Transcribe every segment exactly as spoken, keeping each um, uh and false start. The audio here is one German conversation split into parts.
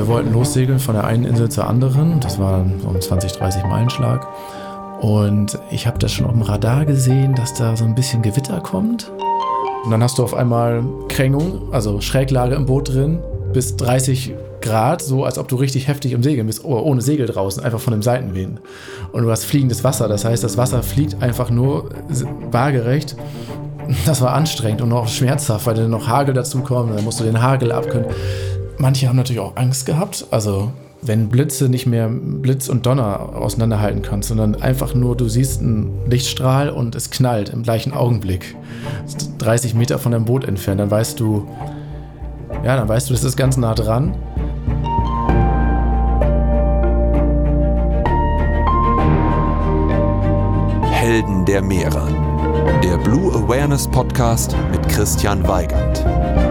wollten lossegeln von der einen Insel zur anderen. Das war so ein zwanzig, dreißig Meilenschlag. Und ich habe das schon auf dem Radar gesehen, dass da so ein bisschen Gewitter kommt. Und dann hast du auf einmal Krängung, also Schräglage im Boot drin, bis dreißig Grad, so als ob du richtig heftig im Segeln bist, ohne Segel draußen, einfach von dem Seitenwind. Und du hast fliegendes Wasser, das heißt, das Wasser fliegt einfach nur waagerecht. Das war anstrengend und auch schmerzhaft, weil dann noch Hagel dazu kommt, dann musst du den Hagel abkönnen. Manche haben natürlich auch Angst gehabt, also wenn Blitze nicht mehr Blitz und Donner auseinanderhalten kannst, sondern einfach nur, du siehst einen Lichtstrahl und es knallt im gleichen Augenblick. dreißig Meter von deinem Boot entfernt, dann weißt du, ja, dann weißt du, das ist ganz nah dran. Helden der Meere. Der Blue Awareness Podcast mit Christian Weigand.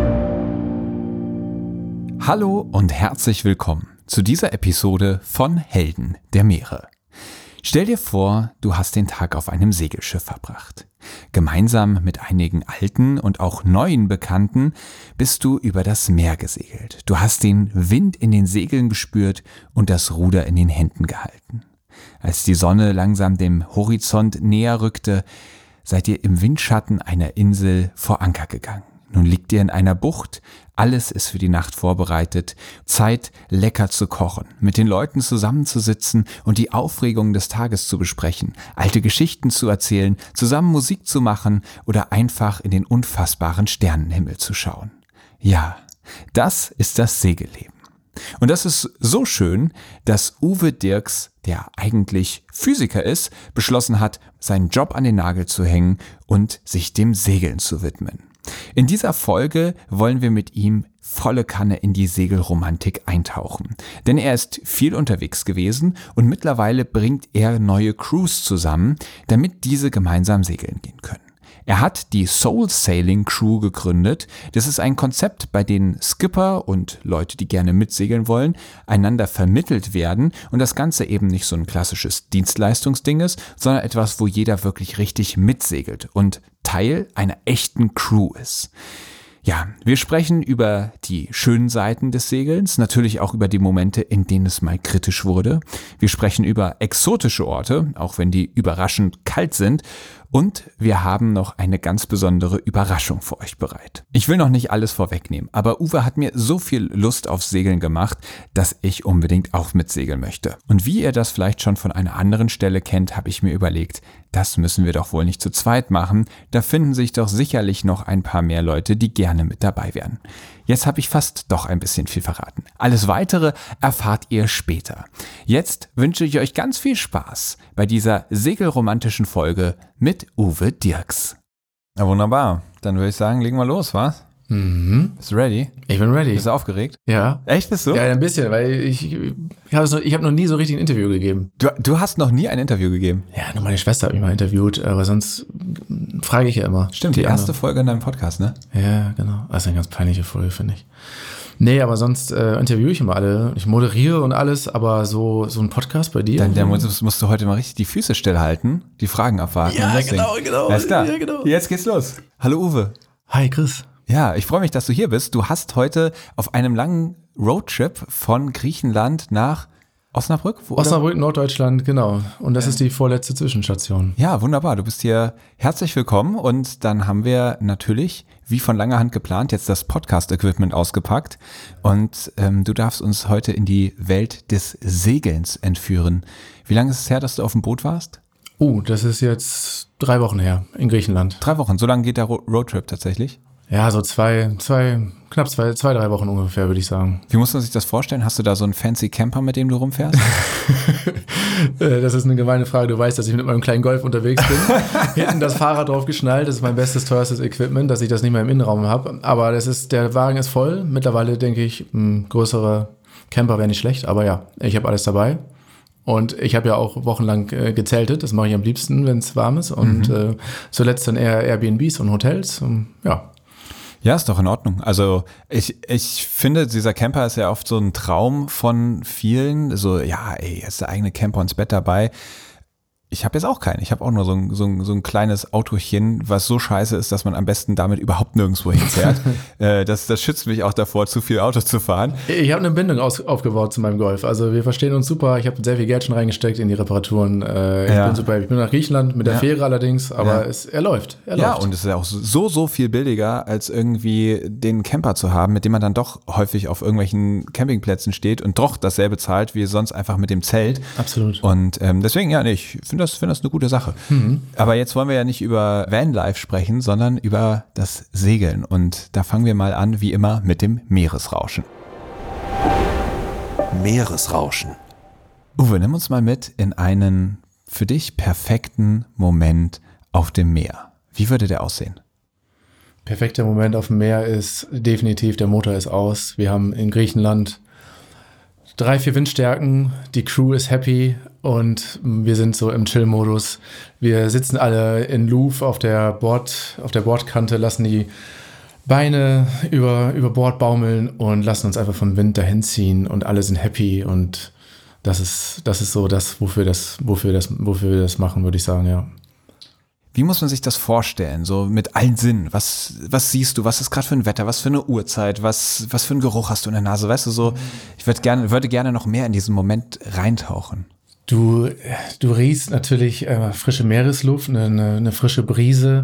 Hallo und herzlich willkommen zu dieser Episode von Helden der Meere. Stell dir vor, du hast den Tag auf einem Segelschiff verbracht. Gemeinsam mit einigen alten und auch neuen Bekannten bist du über das Meer gesegelt. Du hast den Wind in den Segeln gespürt und das Ruder in den Händen gehalten. Als die Sonne langsam dem Horizont näher rückte, seid ihr im Windschatten einer Insel vor Anker gegangen. Nun liegt ihr in einer Bucht, alles ist für die Nacht vorbereitet, Zeit, lecker zu kochen, mit den Leuten zusammenzusitzen und die Aufregungen des Tages zu besprechen, alte Geschichten zu erzählen, zusammen Musik zu machen oder einfach in den unfassbaren Sternenhimmel zu schauen. Ja, das ist das Segelleben. Und das ist so schön, dass Uwe Dirks, der eigentlich Physiker ist, beschlossen hat, seinen Job an den Nagel zu hängen und sich dem Segeln zu widmen. In dieser Folge wollen wir mit ihm volle Kanne in die Segelromantik eintauchen. Denn er ist viel unterwegs gewesen und mittlerweile bringt er neue Crews zusammen, damit diese gemeinsam segeln gehen können. Er hat die Soul Sailing Crew gegründet. Das ist ein Konzept, bei dem Skipper und Leute, die gerne mitsegeln wollen, einander vermittelt werden und das Ganze eben nicht so ein klassisches Dienstleistungsding ist, sondern etwas, wo jeder wirklich richtig mitsegelt und Teil einer echten Crew ist. Ja, wir sprechen über die schönen Seiten des Segelns, natürlich auch über die Momente, in denen es mal kritisch wurde. Wir sprechen über exotische Orte, auch wenn die überraschend kalt sind. Und wir haben noch eine ganz besondere Überraschung für euch bereit. Ich will noch nicht alles vorwegnehmen, aber Uwe hat mir so viel Lust aufs Segeln gemacht, dass ich unbedingt auch mitsegeln möchte. Und wie ihr das vielleicht schon von einer anderen Stelle kennt, habe ich mir überlegt, das müssen wir doch wohl nicht zu zweit machen. Da finden sich doch sicherlich noch ein paar mehr Leute, die gerne mit dabei wären. Jetzt habe ich fast doch ein bisschen viel verraten. Alles Weitere erfahrt ihr später. Jetzt wünsche ich euch ganz viel Spaß bei dieser segelromantischen Folge mit Uwe Dirks. Ja, wunderbar. Dann würde ich sagen, legen wir los, was? Mhm. Bist du ready? Ich bin ready. Bist du aufgeregt? Ja. Echt, bist du? Ja, ein bisschen, weil ich, ich habe noch, ich hab noch nie so richtig ein Interview gegeben. Du, du hast noch nie ein Interview gegeben? Ja, nur meine Schwester hat mich mal interviewt, aber sonst frage ich ja immer. Stimmt, die, die erste andere. Folge in deinem Podcast, ne? Ja, genau. Das ist eine ganz peinliche Folge, finde ich. Nee, aber sonst äh, interviewe ich immer alle. Ich moderiere und alles, aber so, so ein Podcast bei dir. Dann der musst, musst du heute mal richtig die Füße stillhalten, die Fragen abwarten. Ja, genau, genau. Alles klar. Ja, genau. Jetzt geht's los. Hallo Uwe. Hi Chris. Ja, ich freue mich, dass du hier bist. Du hast heute auf einem langen Roadtrip von Griechenland nach Osnabrück? Wo, Osnabrück, oder? Norddeutschland, genau. Und das ja. ist die vorletzte Zwischenstation. Ja, wunderbar. Du bist hier herzlich willkommen. Und dann haben wir natürlich, wie von langer Hand geplant, jetzt das Podcast-Equipment ausgepackt. Und ähm, du darfst uns heute in die Welt des Segelns entführen. Wie lange ist es her, dass du auf dem Boot warst? Oh, uh, das ist jetzt drei Wochen her in Griechenland. Drei Wochen, so lange geht der Roadtrip tatsächlich? Ja, so zwei, zwei, knapp zwei, zwei, drei Wochen ungefähr, würde ich sagen. Wie muss man sich das vorstellen? Hast du da so einen fancy Camper, mit dem du rumfährst? Das ist eine gemeine Frage. Du weißt, dass ich mit meinem kleinen Golf unterwegs bin. Hinten das Fahrrad drauf geschnallt. Das ist mein bestes, teuerstes Equipment, dass ich das nicht mehr im Innenraum habe. Aber das ist, der Wagen ist voll. Mittlerweile denke ich, ein größerer Camper wäre nicht schlecht. Aber ja, ich habe alles dabei. Und ich habe ja auch wochenlang äh, gezeltet. Das mache ich am liebsten, wenn es warm ist. Und mhm. äh, zuletzt dann eher Airbnbs und Hotels. Und, ja. Ja, ist doch in Ordnung. Also ich, ich finde, dieser Camper ist ja oft so ein Traum von vielen. So, ja, ey, ist der eigene Camper ins Bett dabei. Ich habe jetzt auch keinen. Ich habe auch nur so ein, so, ein, so ein kleines Autochen, was so scheiße ist, dass man am besten damit überhaupt nirgendwo hinfährt. äh, das, das schützt mich auch davor, zu viel Auto zu fahren. Ich habe eine Bindung aus, aufgebaut zu meinem Golf. Also wir verstehen uns super. Ich habe sehr viel Geld schon reingesteckt in die Reparaturen. Äh, ich ja. bin super. Ich bin nach Griechenland mit der ja. Fähre allerdings, aber Ja. es, er läuft. Er ja, läuft. und es ist ja auch so, so viel billiger, als irgendwie den Camper zu haben, mit dem man dann doch häufig auf irgendwelchen Campingplätzen steht und doch dasselbe zahlt, wie sonst einfach mit dem Zelt. Absolut. Und ähm, deswegen, ja, nee, ich finde das, find das eine gute Sache. Mhm. Aber jetzt wollen wir ja nicht über Vanlife sprechen, sondern über das Segeln. Und da fangen wir mal an, wie immer, mit dem Meeresrauschen. Meeresrauschen. Uwe, nimm uns mal mit in einen für dich perfekten Moment auf dem Meer. Wie würde der aussehen? Perfekter Moment auf dem Meer ist definitiv, der Motor ist aus. Wir haben in Griechenland drei, vier Windstärken, die Crew ist happy und wir sind so im Chill-Modus. Wir sitzen alle in Louvre auf der Bord, auf der Bordkante, lassen die Beine über, über Bord baumeln und lassen uns einfach vom Wind dahin ziehen und alle sind happy und das ist, das ist so das, wofür das, wofür das, wofür wir das machen, würde ich sagen, ja. Wie muss man sich das vorstellen, so mit allen Sinnen? Was, was siehst du? Was ist gerade für ein Wetter? Was für eine Uhrzeit? Was, was für einen Geruch hast du in der Nase? Weißt du, so, ich würde gerne, würde gerne noch mehr in diesen Moment reintauchen. Du, du riechst natürlich äh, frische Meeresluft, eine, eine, eine frische Brise.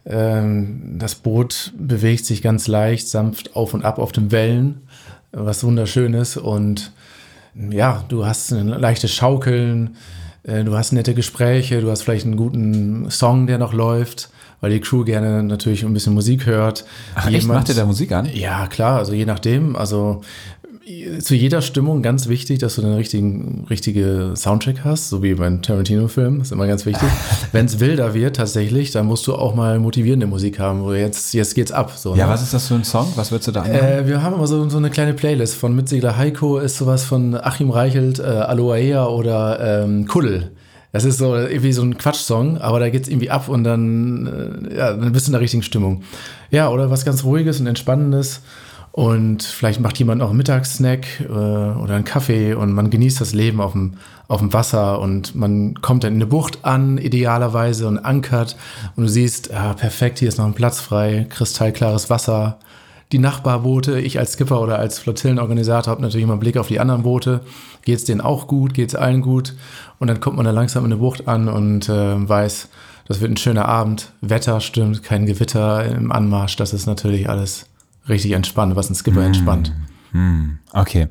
Ähm, das Boot bewegt sich ganz leicht, sanft auf und ab auf den Wellen, was wunderschön ist. Und ja, du hast ein leichtes Schaukeln. Du hast nette Gespräche, du hast vielleicht einen guten Song, der noch läuft, weil die Crew gerne natürlich ein bisschen Musik hört. Ach echt, macht ihr da Musik an? Ja, klar, also je nachdem, also zu jeder Stimmung ganz wichtig, dass du den richtigen richtige Soundtrack hast, so wie beim Tarantino-Film, ist immer ganz wichtig. Wenn es wilder wird tatsächlich, dann musst du auch mal motivierende Musik haben, wo jetzt, jetzt geht's ab. So, ja, ne? Was ist das für ein Song? Was würdest du da anmachen? Äh, wir haben immer so, so eine kleine Playlist von Mitsegler Heiko, ist sowas von Achim Reichelt, äh, Aloha oder ähm, Kuddel. Das ist so irgendwie so ein Quatschsong, aber da geht's irgendwie ab und dann, äh, ja, dann bist du in der richtigen Stimmung. Ja, oder was ganz Ruhiges und Entspannendes. Und vielleicht macht jemand noch einen Mittagssnack äh, oder einen Kaffee und man genießt das Leben auf dem, auf dem Wasser und man kommt dann in eine Bucht an, idealerweise, und ankert und du siehst, ja, perfekt, hier ist noch ein Platz frei, kristallklares Wasser. Die Nachbarboote, ich als Skipper oder als Flottillenorganisator habe natürlich immer einen Blick auf die anderen Boote. Geht es denen auch gut? Geht es allen gut? Und dann kommt man da langsam in eine Bucht an und äh, weiß, das wird ein schöner Abend. Wetter stimmt, kein Gewitter im Anmarsch. Das ist natürlich alles richtig entspannt, was ein Skipper mm. entspannt. Mm. Okay.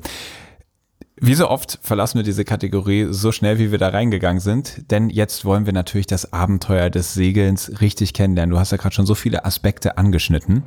Wie so oft verlassen wir diese Kategorie so schnell, wie wir da reingegangen sind, denn jetzt wollen wir natürlich das Abenteuer des Segelns richtig kennenlernen. Du hast ja gerade schon so viele Aspekte angeschnitten.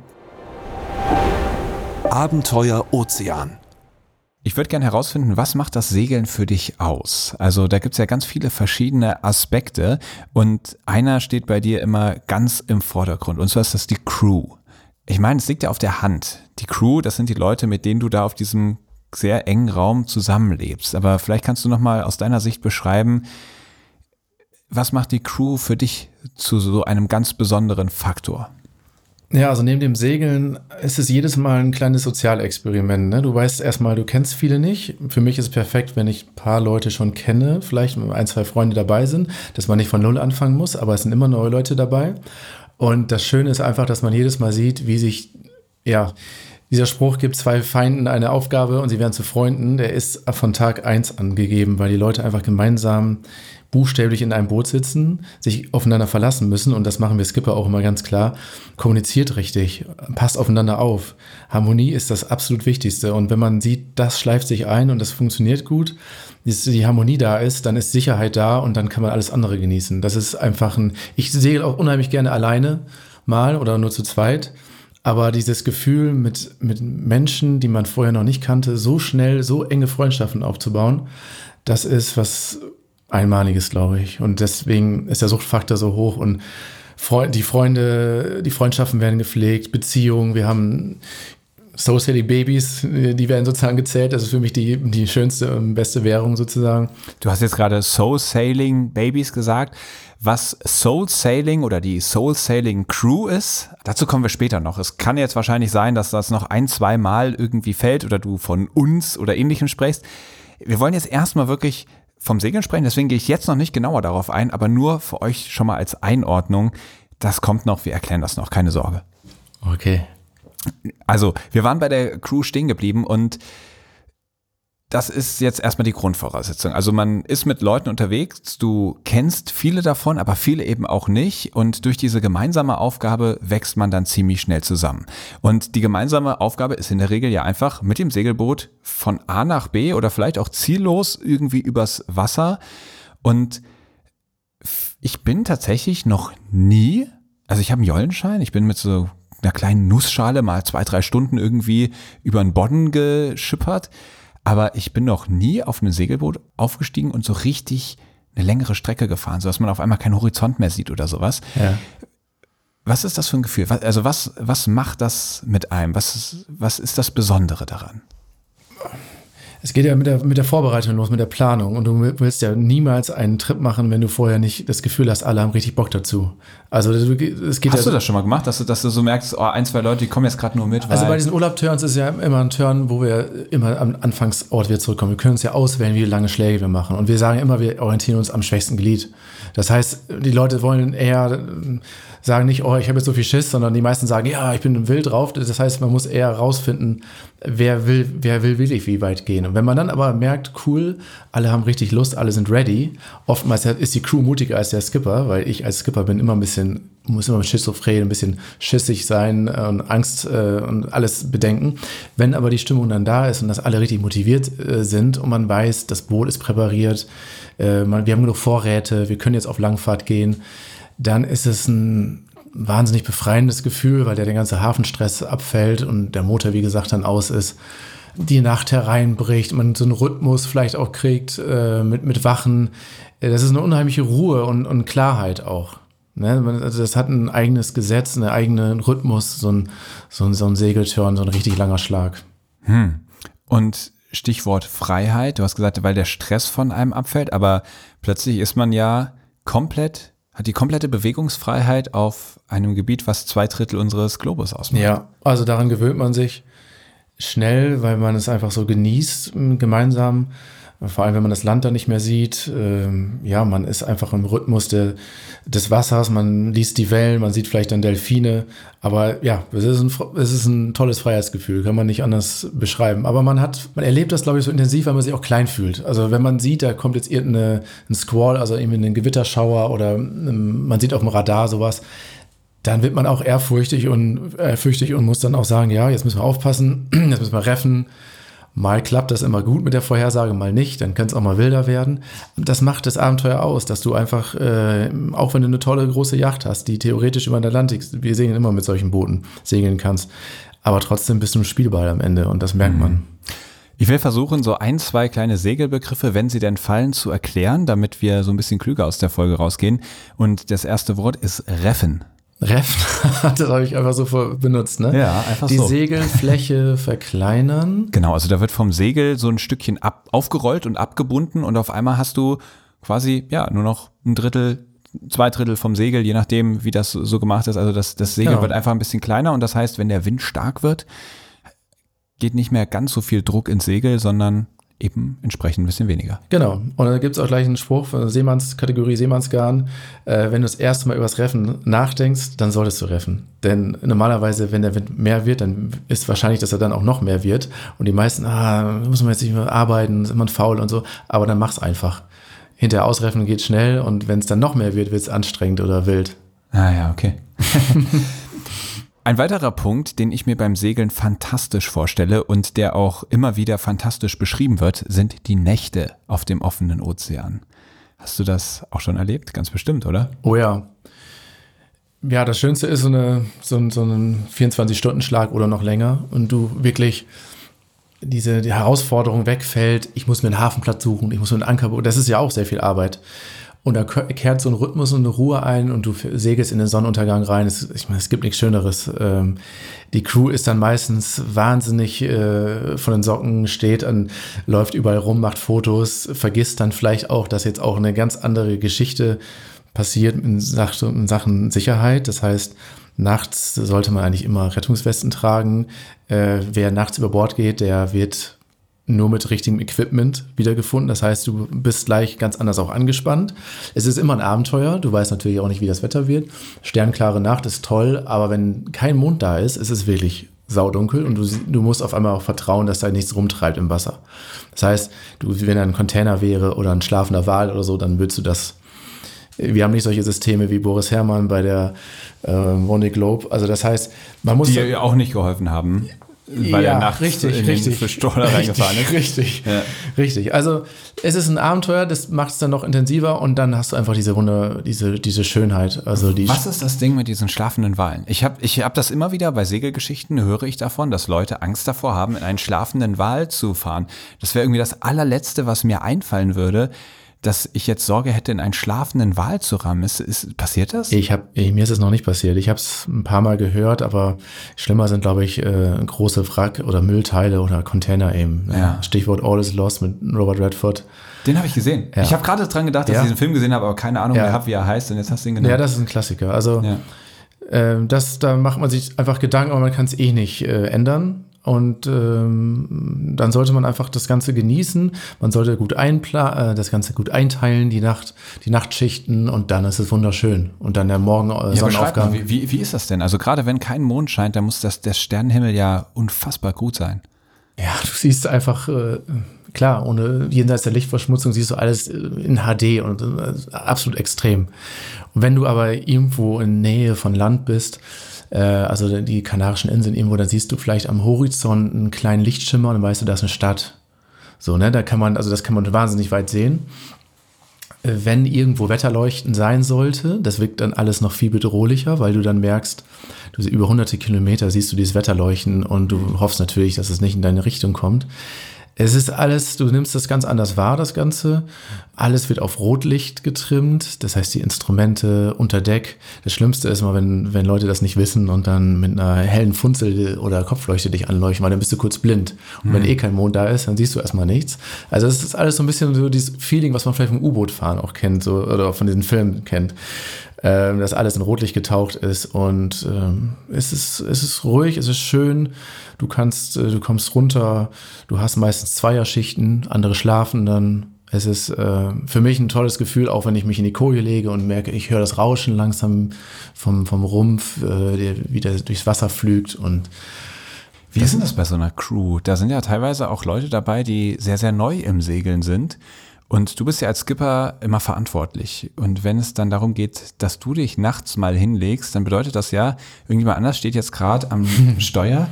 Abenteuer Ozean. Ich würde gerne herausfinden, was macht das Segeln für dich aus? Also da gibt es ja ganz viele verschiedene Aspekte und einer steht bei dir immer ganz im Vordergrund und zwar ist das die Crew. Ich meine, es liegt ja auf der Hand. Die Crew, das sind die Leute, mit denen du da auf diesem sehr engen Raum zusammenlebst. Aber vielleicht kannst du noch mal aus deiner Sicht beschreiben, was macht die Crew für dich zu so einem ganz besonderen Faktor? Ja, also neben dem Segeln ist es jedes Mal ein kleines Sozialexperiment. Ne? Du weißt erstmal, du kennst viele nicht. Für mich ist es perfekt, wenn ich ein paar Leute schon kenne, vielleicht ein, zwei Freunde dabei sind, dass man nicht von Null anfangen muss, aber es sind immer neue Leute dabei. Und das Schöne ist einfach, dass man jedes Mal sieht, wie sich, ja, dieser Spruch gibt zwei Feinden eine Aufgabe und sie werden zu Freunden, der ist von Tag eins angegeben, weil die Leute einfach gemeinsam buchstäblich in einem Boot sitzen, sich aufeinander verlassen müssen und das machen wir Skipper auch immer ganz klar. Kommuniziert richtig, passt aufeinander auf. Harmonie ist das absolut Wichtigste und wenn man sieht, das schleift sich ein und das funktioniert gut, die Harmonie da ist, dann ist Sicherheit da und dann kann man alles andere genießen. Das ist einfach ein, ich segel auch unheimlich gerne alleine mal oder nur zu zweit, aber dieses Gefühl mit, mit Menschen, die man vorher noch nicht kannte, so schnell, so enge Freundschaften aufzubauen, das ist was Einmaliges, glaube ich. Und deswegen ist der Suchtfaktor so hoch und die Freunde, die Freundschaften werden gepflegt, Beziehungen, wir haben Soul Sailing Babys, die werden sozusagen gezählt. Das ist für mich die, die schönste und beste Währung sozusagen. Du hast jetzt gerade Soul Sailing Babys gesagt. Was Soul Sailing oder die Soul Sailing Crew ist, dazu kommen wir später noch. Es kann jetzt wahrscheinlich sein, dass das noch ein, zwei Mal irgendwie fällt oder du von uns oder Ähnlichem sprichst. Wir wollen jetzt erstmal wirklich vom Segeln sprechen, deswegen gehe ich jetzt noch nicht genauer darauf ein, aber nur für euch schon mal als Einordnung, das kommt noch, wir erklären das noch, keine Sorge. Okay. Also, wir waren bei der Crew stehen geblieben und das ist jetzt erstmal die Grundvoraussetzung. Also man ist mit Leuten unterwegs, du kennst viele davon, aber viele eben auch nicht. Und durch diese gemeinsame Aufgabe wächst man dann ziemlich schnell zusammen. Und die gemeinsame Aufgabe ist in der Regel ja einfach mit dem Segelboot von A nach B oder vielleicht auch ziellos irgendwie übers Wasser. Und ich bin tatsächlich noch nie, also ich habe einen Jollenschein, ich bin mit so einer kleinen Nussschale mal zwei, drei Stunden irgendwie über den Bodden geschippert. Aber ich bin noch nie auf einem Segelboot aufgestiegen und so richtig eine längere Strecke gefahren, sodass man auf einmal keinen Horizont mehr sieht oder sowas. Ja. Was ist das für ein Gefühl? Also was, was macht das mit einem? Was ist, was ist das Besondere daran? Es geht ja mit der, mit der Vorbereitung los, mit der Planung. Und du willst ja niemals einen Trip machen, wenn du vorher nicht das Gefühl hast, alle haben richtig Bock dazu. Also es geht Hast ja, du das schon mal gemacht, dass du, dass du so merkst, oh, ein, zwei Leute, die kommen jetzt gerade nur mit? Weil also bei diesen Urlaub-Turns ist ja immer ein Turn, wo wir immer am Anfangsort wieder zurückkommen. Wir können uns ja auswählen, wie lange Schläge wir machen. Und wir sagen immer, wir orientieren uns am schwächsten Glied. Das heißt, die Leute wollen eher sagen nicht, oh, ich habe jetzt so viel Schiss, sondern die meisten sagen, ja, ich bin wild drauf. Das heißt, man muss eher rausfinden, wer will, wer will wirklich wie weit gehen. Und wenn man dann aber merkt, cool, alle haben richtig Lust, alle sind ready, oftmals ist die Crew mutiger als der Skipper, weil ich als Skipper bin immer ein bisschen, muss immer schizophren, ein bisschen schissig sein und Angst äh, und alles bedenken. Wenn aber die Stimmung dann da ist und dass alle richtig motiviert äh, sind und man weiß, das Boot ist präpariert, äh, man, wir haben genug Vorräte, wir können jetzt auf Langfahrt gehen, dann ist es ein wahnsinnig befreiendes Gefühl, weil der, der ganze Hafenstress abfällt und der Motor, wie gesagt, dann aus ist. Die Nacht hereinbricht, man so einen Rhythmus vielleicht auch kriegt äh, mit, mit Wachen. Das ist eine unheimliche Ruhe und, und Klarheit auch. Ne? Also das hat ein eigenes Gesetz, einen eigenen Rhythmus, so ein, so ein, so ein Segeltörn, so ein richtig langer Schlag. Hm. Und Stichwort Freiheit, du hast gesagt, weil der Stress von einem abfällt, aber plötzlich ist man ja komplett hat die komplette Bewegungsfreiheit auf einem Gebiet, was zwei Drittel unseres Globus ausmacht. Ja, also daran gewöhnt man sich schnell, weil man es einfach so genießt gemeinsam. Vor allem, wenn man das Land dann nicht mehr sieht. Ähm, ja, man ist einfach im Rhythmus de, des Wassers, man liest die Wellen, man sieht vielleicht dann Delfine. Aber ja, es ist ein, es ist ein tolles Freiheitsgefühl, kann man nicht anders beschreiben. Aber man hat, man erlebt das, glaube ich, so intensiv, weil man sich auch klein fühlt. Also wenn man sieht, da kommt jetzt irgendein Squall, also irgendwie ein Gewitterschauer oder ähm, man sieht auf dem Radar sowas, dann wird man auch ehrfürchtig und, ehrfürchtig und muss dann auch sagen, ja, jetzt müssen wir aufpassen, jetzt müssen wir reffen. Mal klappt das immer gut mit der Vorhersage, mal nicht, dann kann es auch mal wilder werden. Das macht das Abenteuer aus, dass du einfach, äh, auch wenn du eine tolle große Yacht hast, die theoretisch über den Atlantik, wir segeln immer mit solchen Booten, segeln kannst, aber trotzdem bist du ein Spielball am Ende und das merkt man. Ich will versuchen, so ein, zwei kleine Segelbegriffe, wenn sie denn fallen, zu erklären, damit wir so ein bisschen klüger aus der Folge rausgehen. Und das erste Wort ist Reffen. Reffen, das habe ich einfach so benutzt, ne? Ja, einfach die so. Die Segelfläche verkleinern. Genau, also da wird vom Segel so ein Stückchen ab, aufgerollt und abgebunden und auf einmal hast du quasi, ja, nur noch ein Drittel, zwei Drittel vom Segel, je nachdem, wie das so gemacht ist. Also das, das Segel genau. wird einfach ein bisschen kleiner und das heißt, wenn der Wind stark wird, geht nicht mehr ganz so viel Druck ins Segel, sondern eben entsprechend ein bisschen weniger. Genau. Und da gibt es auch gleich einen Spruch von der Seemannskategorie Seemannsgarn. Äh, wenn du das erste Mal über das Reffen nachdenkst, dann solltest du reffen. Denn normalerweise, wenn der Wind mehr wird, dann ist wahrscheinlich, dass er dann auch noch mehr wird. Und die meisten, ah, muss man jetzt nicht mehr arbeiten, ist immer faul und so. Aber dann mach's einfach. Hinterher ausreffen geht schnell und wenn es dann noch mehr wird, wird es anstrengend oder wild. Ah ja, okay. Ein weiterer Punkt, den ich mir beim Segeln fantastisch vorstelle und der auch immer wieder fantastisch beschrieben wird, sind die Nächte auf dem offenen Ozean. Hast du das auch schon erlebt? Ganz bestimmt, oder? Oh ja. Ja, das Schönste ist so, eine, so, ein, so ein vierundzwanzig-Stunden-Schlag oder noch länger und du wirklich diese die Herausforderung wegfällt, ich muss mir einen Hafenplatz suchen, ich muss mir einen Anker, das ist ja auch sehr viel Arbeit. Und da kehrt so ein Rhythmus und eine Ruhe ein und du segelst in den Sonnenuntergang rein. Es, ich meine, es gibt nichts Schöneres. Ähm, die Crew ist dann meistens wahnsinnig äh, von den Socken, steht und läuft überall rum, macht Fotos, vergisst dann vielleicht auch, dass jetzt auch eine ganz andere Geschichte passiert in Sachen, in Sachen Sicherheit. Das heißt, nachts sollte man eigentlich immer Rettungswesten tragen. Äh, wer nachts über Bord geht, der wird nur mit richtigem Equipment wiedergefunden. Das heißt, du bist gleich ganz anders auch angespannt. Es ist immer ein Abenteuer. Du weißt natürlich auch nicht, wie das Wetter wird. Sternklare Nacht ist toll, aber wenn kein Mond da ist, ist es wirklich saudunkel und du, du musst auf einmal auch vertrauen, dass da nichts rumtreibt im Wasser. Das heißt, du, wenn da ein Container wäre oder ein schlafender Wal oder so, dann würdest du das. Wir haben nicht solche Systeme wie Boris Herrmann bei der äh, Vendée Globe. Also das heißt, man muss... Die ja auch nicht geholfen haben, weil ja, er nachts richtig, in richtig, den Fischstoller reingefahren ist. Richtig, ja. richtig. Also es ist ein Abenteuer, das macht es dann noch intensiver und dann hast du einfach diese Wunder, diese, diese Schönheit. Also die Was ist das Ding mit diesen schlafenden Walen? Ich habe ich hab das immer wieder bei Segelgeschichten, höre ich davon, dass Leute Angst davor haben, in einen schlafenden Wal zu fahren. Das wäre irgendwie das allerletzte, was mir einfallen würde, dass ich jetzt Sorge hätte, in einen schlafenden Wal zu rammen. Ist, ist, passiert das? Ich hab, mir ist es noch nicht passiert. Ich habe es ein paar Mal gehört, aber schlimmer sind, glaube ich, äh, große Wrack- oder Müllteile oder Container eben. Ja. Stichwort All is Lost mit Robert Redford. Den habe ich gesehen. Ja. Ich habe gerade dran gedacht, dass ja. ich diesen Film gesehen habe, aber keine Ahnung ja. mehr habe, wie er heißt. Und jetzt hast du ihn genannt. Ja, das ist ein Klassiker. Also ja. äh, das, da macht man sich einfach Gedanken, aber man kann es eh nicht äh, ändern. Und ähm, dann sollte man einfach das Ganze genießen. Man sollte gut einpla- äh, das Ganze gut einteilen, die Nacht, die Nachtschichten und dann ist es wunderschön. Und dann der Morgen äh, ja, Sonnenaufgang. Mal, wie, wie ist das denn? Also gerade wenn kein Mond scheint, dann muss das der Sternenhimmel ja unfassbar gut sein. Ja, du siehst einfach, äh, klar, ohne jenseits der Lichtverschmutzung siehst du alles in H D und äh, absolut extrem. Und wenn du aber irgendwo in Nähe von Land bist, also die Kanarischen Inseln irgendwo, dann siehst du vielleicht am Horizont einen kleinen Lichtschimmer und dann weißt du, das ist eine Stadt. So, ne, da kann man, also das kann man wahnsinnig weit sehen. Wenn irgendwo Wetterleuchten sein sollte, das wirkt dann alles noch viel bedrohlicher, weil du dann merkst, du über hunderte Kilometer siehst du dieses Wetterleuchten und du hoffst natürlich, dass es nicht in deine Richtung kommt. Es ist alles, du nimmst das ganz anders wahr, das Ganze. Alles wird auf Rotlicht getrimmt, das heißt die Instrumente unter Deck. Das Schlimmste ist mal, wenn, wenn Leute das nicht wissen und dann mit einer hellen Funzel oder Kopfleuchte dich anleuchten, weil dann bist du kurz blind. Und mhm. wenn eh kein Mond da ist, dann siehst du erstmal nichts. Also es ist alles so ein bisschen so dieses Feeling, was man vielleicht vom U-Boot-Fahren auch kennt, so, oder von diesen Filmen kennt. Ähm, dass alles in Rotlicht getaucht ist und ähm, es ist, es ist ruhig, es ist schön, du kannst, äh, du kommst runter, du hast meistens Zweierschichten, andere schlafen dann. Es ist äh, für mich ein tolles Gefühl, auch wenn ich mich in die Koje lege und merke, ich höre das Rauschen langsam vom, vom Rumpf, äh, der wieder durchs Wasser flügt und wie ist denn das bei so einer Crew? Da sind ja teilweise auch Leute dabei, die sehr, sehr neu im Segeln sind. Und du bist ja als Skipper immer verantwortlich. Und wenn es dann darum geht, dass du dich nachts mal hinlegst, dann bedeutet das ja, irgendjemand anders steht jetzt gerade am Steuer.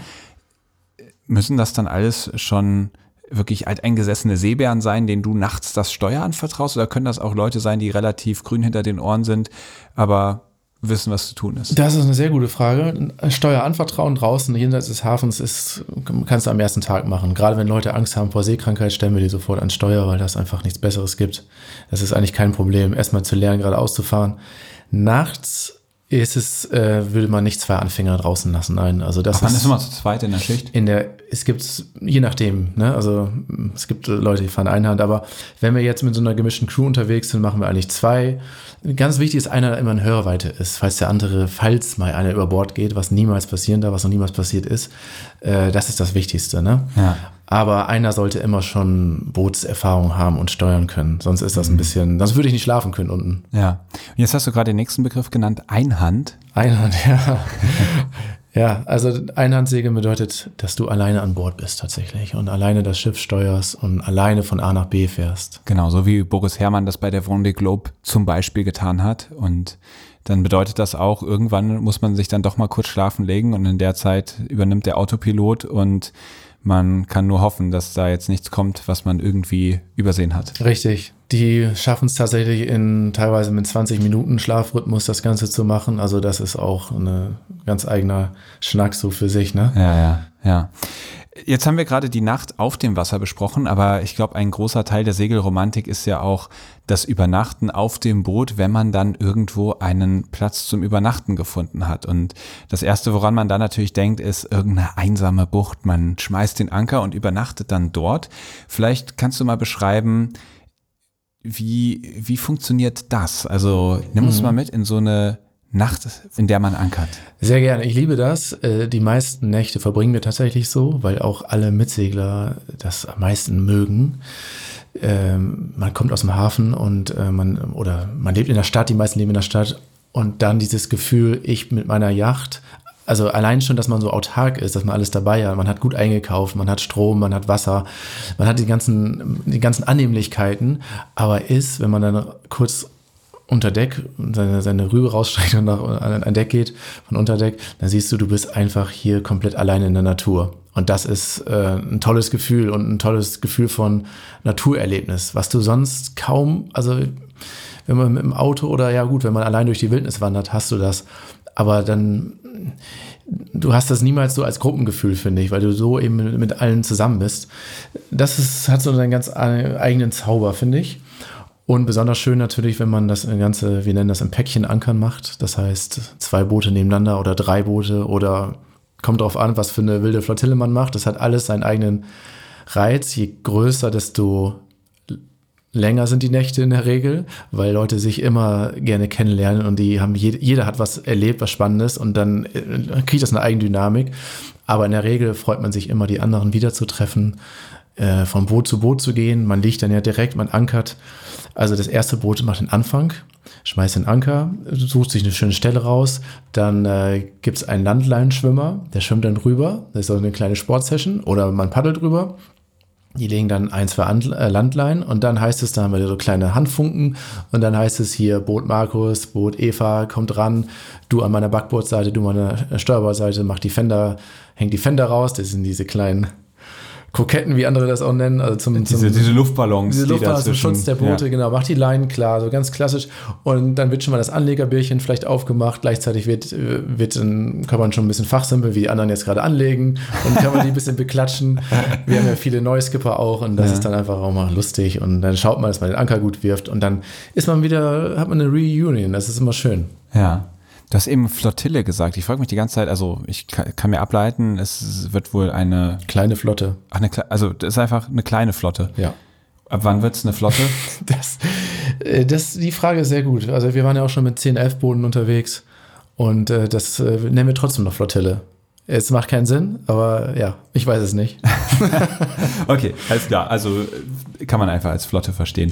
Müssen das dann alles schon wirklich alteingesessene Seebären sein, denen du nachts das Steuer anvertraust? Oder können das auch Leute sein, die relativ grün hinter den Ohren sind, aber wissen, was zu tun ist? Das ist eine sehr gute Frage. Steuer anvertrauen draußen jenseits des Hafens ist, kannst du am ersten Tag machen. Gerade wenn Leute Angst haben vor Seekrankheit, stellen wir die sofort an Steuer, weil das einfach nichts Besseres gibt. Das ist eigentlich kein Problem, erstmal zu lernen, geradeaus zu fahren. Nachts ist es, äh, würde man nicht zwei Anfänger draußen lassen, nein. Also das Ach, wann ist, ist man zu zweit in der Schicht? In der, es gibt, je nachdem, ne, also es gibt Leute, die fahren Einhand, aber wenn wir jetzt mit so einer gemischten Crew unterwegs sind, machen wir eigentlich zwei. Ganz wichtig ist, einer immer in Hörweite ist, falls der andere, falls mal einer über Bord geht, was niemals passieren darf, was noch niemals passiert ist, äh, das ist das Wichtigste, ne? Ja. Aber einer sollte immer schon Bootserfahrung haben und steuern können. Sonst ist das ein bisschen, sonst würde ich nicht schlafen können unten. Ja. Und jetzt hast du gerade den nächsten Begriff genannt, Einhand. Einhand, ja. Ja, also Einhandsegeln bedeutet, dass du alleine an Bord bist tatsächlich und alleine das Schiff steuerst und alleine von A nach B fährst. Genau, so wie Boris Herrmann das bei der Vendée Globe zum Beispiel getan hat. Und dann bedeutet das auch, irgendwann muss man sich dann doch mal kurz schlafen legen und in der Zeit übernimmt der Autopilot und man kann nur hoffen, dass da jetzt nichts kommt, was man irgendwie übersehen hat. Richtig. Die schaffen es tatsächlich in teilweise mit zwanzig Minuten Schlafrhythmus das Ganze zu machen. Also das ist auch ein ganz eigener Schnack so für sich, ne? Ja, ja, ja. Jetzt haben wir gerade die Nacht auf dem Wasser besprochen, aber ich glaube, ein großer Teil der Segelromantik ist ja auch das Übernachten auf dem Boot, wenn man dann irgendwo einen Platz zum Übernachten gefunden hat. Und das Erste, woran man da natürlich denkt, ist irgendeine einsame Bucht. Man schmeißt den Anker und übernachtet dann dort. Vielleicht kannst du mal beschreiben, wie, wie funktioniert das? Also nimm uns mhm. mal mit in so eine Nacht, in der man ankert? Sehr gerne, ich liebe das. Die meisten Nächte verbringen wir tatsächlich so, weil auch alle Mitsegler das am meisten mögen. Ähm, man kommt aus dem Hafen und äh, man oder man lebt in der Stadt, die meisten leben in der Stadt und dann dieses Gefühl, ich mit meiner Yacht, also allein schon, dass man so autark ist, dass man alles dabei hat, man hat gut eingekauft, man hat Strom, man hat Wasser, man hat die ganzen, die ganzen Annehmlichkeiten, aber ist, wenn man dann kurz unter Deck seine, seine Rübe rausstreckt und nach, an Deck geht, von Unterdeck, dann siehst du, du bist einfach hier komplett alleine in der Natur. Und das ist äh, ein tolles Gefühl und ein tolles Gefühl von Naturerlebnis, was du sonst kaum, also wenn man mit dem Auto oder ja gut, wenn man allein durch die Wildnis wandert, hast du das. Aber dann, du hast das niemals so als Gruppengefühl, finde ich, weil du so eben mit, mit allen zusammen bist. Das ist, hat so einen ganz eigenen Zauber, finde ich. Und besonders schön natürlich, wenn man das Ganze, wir nennen das im Päckchen ankern macht. Das heißt, zwei Boote nebeneinander oder drei Boote oder kommt drauf an, was für eine wilde Flottille man macht. Das hat alles seinen eigenen Reiz. Je größer, desto länger sind die Nächte in der Regel, weil Leute sich immer gerne kennenlernen und die haben, jeder, jeder hat was erlebt, was Spannendes und dann kriegt das eine Eigendynamik. Aber in der Regel freut man sich immer, die anderen wiederzutreffen, äh, von Boot zu Boot zu gehen. Man liegt dann ja direkt, man ankert. Also das erste Boot macht den Anfang, schmeißt den Anker, sucht sich eine schöne Stelle raus, dann äh, gibt es einen Landleinenschwimmer, der schwimmt dann rüber, das ist so eine kleine Sportsession oder man paddelt rüber. Die legen dann ein, zwei Landleinen und dann heißt es, da haben wir so kleine Handfunken und dann heißt es hier Boot Markus, Boot Eva, kommt ran, du an meiner Backbordseite, du an meiner Steuerbordseite, mach die Fender, hängt die Fender raus, das sind diese kleinen Kroketten, wie andere das auch nennen. Also zum, diese, zum, diese Luftballons. Diese Luftballons zum Schutz der Boote, ja. Genau. Macht die Leinen klar, so ganz klassisch. Und dann wird schon mal das Anlegerbierchen vielleicht aufgemacht. Gleichzeitig wird, wird dann kann man schon ein bisschen fachsimpeln, wie die anderen jetzt gerade anlegen. Und kann man die ein bisschen beklatschen. Wir haben ja viele Neuskipper auch und das ja. ist dann einfach auch mal lustig. Und dann schaut man, dass man den Anker gut wirft. Und dann ist man wieder, hat man eine Reunion. Das ist immer schön. Ja. Du hast eben Flottille gesagt. Ich frage mich die ganze Zeit, also ich kann, kann mir ableiten, es wird wohl eine... Kleine Flotte. Ach, eine, also das ist einfach eine kleine Flotte. Ja. Ab wann wird es eine Flotte? das, das, die Frage ist sehr gut. Also wir waren ja auch schon mit zehn, elf Booten unterwegs und äh, das äh, nennen wir trotzdem noch Flottille. Es macht keinen Sinn, aber ja, ich weiß es nicht. Okay, alles klar. Also kann man einfach als Flotte verstehen.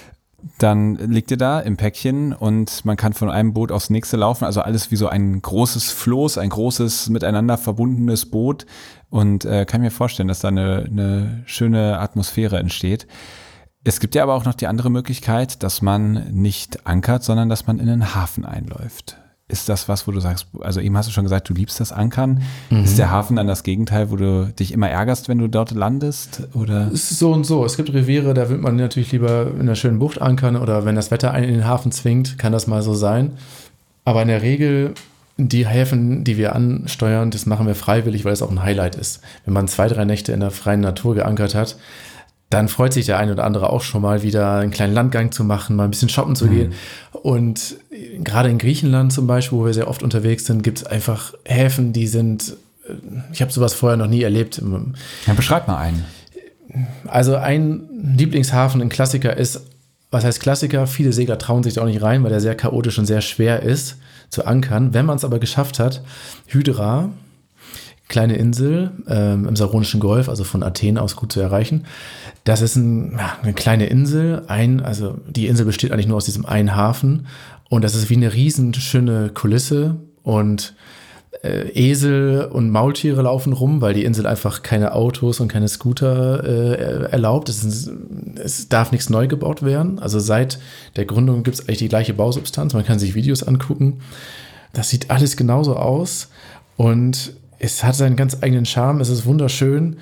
Dann liegt ihr da im Päckchen und man kann von einem Boot aufs nächste laufen. Also alles wie so ein großes Floß, ein großes miteinander verbundenes Boot. Und äh, kann mir vorstellen, dass da eine, eine schöne Atmosphäre entsteht. Es gibt ja aber auch noch die andere Möglichkeit, dass man nicht ankert, sondern dass man in einen Hafen einläuft. Ist das was, wo du sagst, also eben hast du schon gesagt, du liebst das Ankern. Mhm. Ist der Hafen dann das Gegenteil, wo du dich immer ärgerst, wenn du dort landest? Oder? Es ist so und so. Es gibt Reviere, da will man natürlich lieber in einer schönen Bucht ankern oder wenn das Wetter einen in den Hafen zwingt, kann das mal so sein. Aber in der Regel, die Häfen, die wir ansteuern, das machen wir freiwillig, weil es auch ein Highlight ist. Wenn man zwei, drei Nächte in der freien Natur geankert hat, dann freut sich der eine oder andere auch schon mal wieder einen kleinen Landgang zu machen, mal ein bisschen shoppen zu gehen. Mhm. Und gerade in Griechenland zum Beispiel, wo wir sehr oft unterwegs sind, gibt es einfach Häfen, die sind, ich habe sowas vorher noch nie erlebt. Ja, beschreib mal einen. Also ein Lieblingshafen, ein Klassiker ist, was heißt Klassiker? Viele Segler trauen sich da auch nicht rein, weil der sehr chaotisch und sehr schwer ist zu ankern. Wenn man es aber geschafft hat, Hydra, kleine Insel ähm, im Saronischen Golf, also von Athen aus gut zu erreichen. Das ist ein, ja, eine kleine Insel. Ein, also die Insel besteht eigentlich nur aus diesem einen Hafen und das ist wie eine riesen schöne Kulisse und äh, Esel und Maultiere laufen rum, weil die Insel einfach keine Autos und keine Scooter äh, erlaubt. Es, ist, es darf nichts neu gebaut werden. Also seit der Gründung gibt es eigentlich die gleiche Bausubstanz. Man kann sich Videos angucken. Das sieht alles genauso aus und es hat seinen ganz eigenen Charme, es ist wunderschön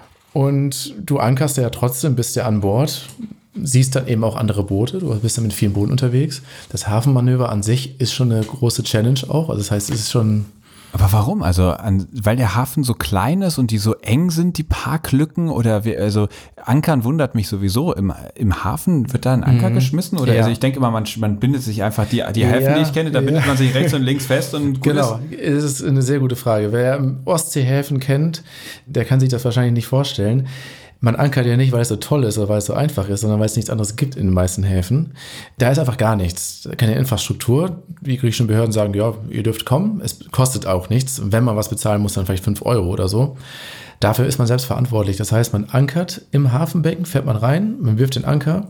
und du ankerst ja trotzdem, bist ja an Bord, siehst dann eben auch andere Boote, du bist dann mit vielen Booten unterwegs. Das Hafenmanöver an sich ist schon eine große Challenge auch, also das heißt, es ist schon... Aber warum? Also, an, weil der Hafen so klein ist und die so eng sind, die Parklücken oder wie, also Ankern wundert mich sowieso. Im, im Hafen wird da ein Anker mhm. geschmissen? Oder ja. Also ich denke immer, man, man bindet sich einfach die, die Häfen, ja, die ich kenne, da ja. bindet man sich rechts und links fest und genau, es ist eine sehr gute Frage. Wer Ostseehäfen kennt, der kann sich das wahrscheinlich nicht vorstellen. man ankert ja nicht, weil es so toll ist oder weil es so einfach ist, sondern weil es nichts anderes gibt in den meisten Häfen. Da ist einfach gar nichts. Keine Infrastruktur. Die griechischen Behörden sagen, ja, ihr dürft kommen. Es kostet auch nichts. Wenn man was bezahlen muss, dann vielleicht fünf Euro oder so. Dafür ist man selbst verantwortlich. Das heißt, man ankert im Hafenbecken, fährt man rein, man wirft den Anker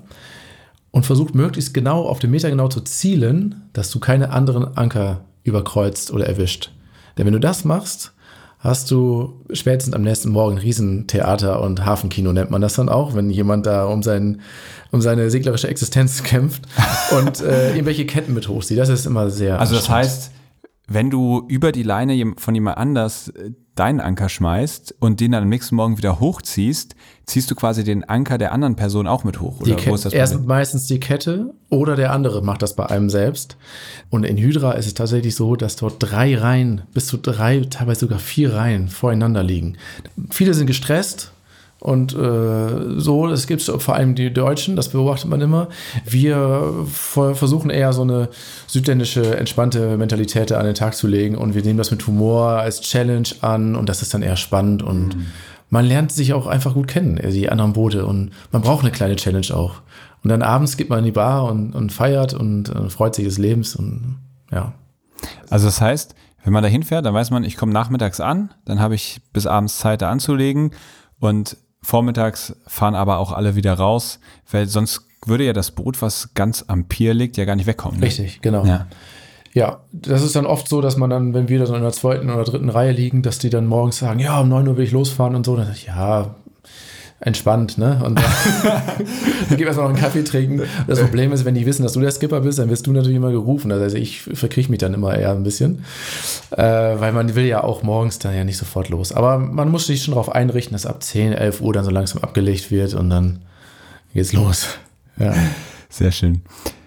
und versucht möglichst genau auf den Meter genau zu zielen, dass du keine anderen Anker überkreuzt oder erwischt. Denn wenn du das machst, hast du spätestens am nächsten Morgen ein Riesentheater und Hafenkino nennt man das dann auch, wenn jemand da um, sein, um seine seglerische Existenz kämpft und äh, irgendwelche Ketten mit hochzieht. Das ist immer sehr Also das heißt, wenn du über die Leine von jemand anders deinen Anker schmeißt und den dann am nächsten Morgen wieder hochziehst, ziehst du quasi den Anker der anderen Person auch mit hoch? Oder die Kette, wo ist das erst meistens die Kette oder der andere macht das bei einem selbst. Und in Hydra ist es tatsächlich so, dass dort drei Reihen, bis zu drei, teilweise sogar vier Reihen voreinander liegen. Viele sind gestresst. Und äh, so, das gibt es vor allem die Deutschen, das beobachtet man immer. Wir versuchen eher so eine südländische, entspannte Mentalität an den Tag zu legen und wir nehmen das mit Humor als Challenge an und das ist dann eher spannend und mhm. man lernt sich auch einfach gut kennen, die anderen Boote und man braucht eine kleine Challenge auch. Und dann abends geht man in die Bar und, und feiert und äh, freut sich des Lebens und ja. Also das heißt, wenn man da hinfährt, dann weiß man, ich komme nachmittags an, dann habe ich bis abends Zeit da anzulegen und vormittags fahren aber auch alle wieder raus, weil sonst würde ja das Boot, was ganz am Pier liegt, ja gar nicht wegkommen. Ne? Richtig, genau. Ja. ja, das ist dann oft so, dass man dann, wenn wir da so in der zweiten oder dritten Reihe liegen, dass die dann morgens sagen, ja, um neun Uhr will ich losfahren und so. Dann sag ich, ja, entspannt, ne? Und dann, dann geht erstmal noch einen Kaffee trinken. Das Problem ist, wenn die wissen, dass du der Skipper bist, dann wirst du natürlich immer gerufen. Also ich verkriech mich dann immer eher ein bisschen, äh, weil man will ja auch morgens dann ja nicht sofort los. Aber man muss sich schon darauf einrichten, dass ab zehn, elf Uhr dann so langsam abgelegt wird und dann geht's los. Ja. Sehr schön.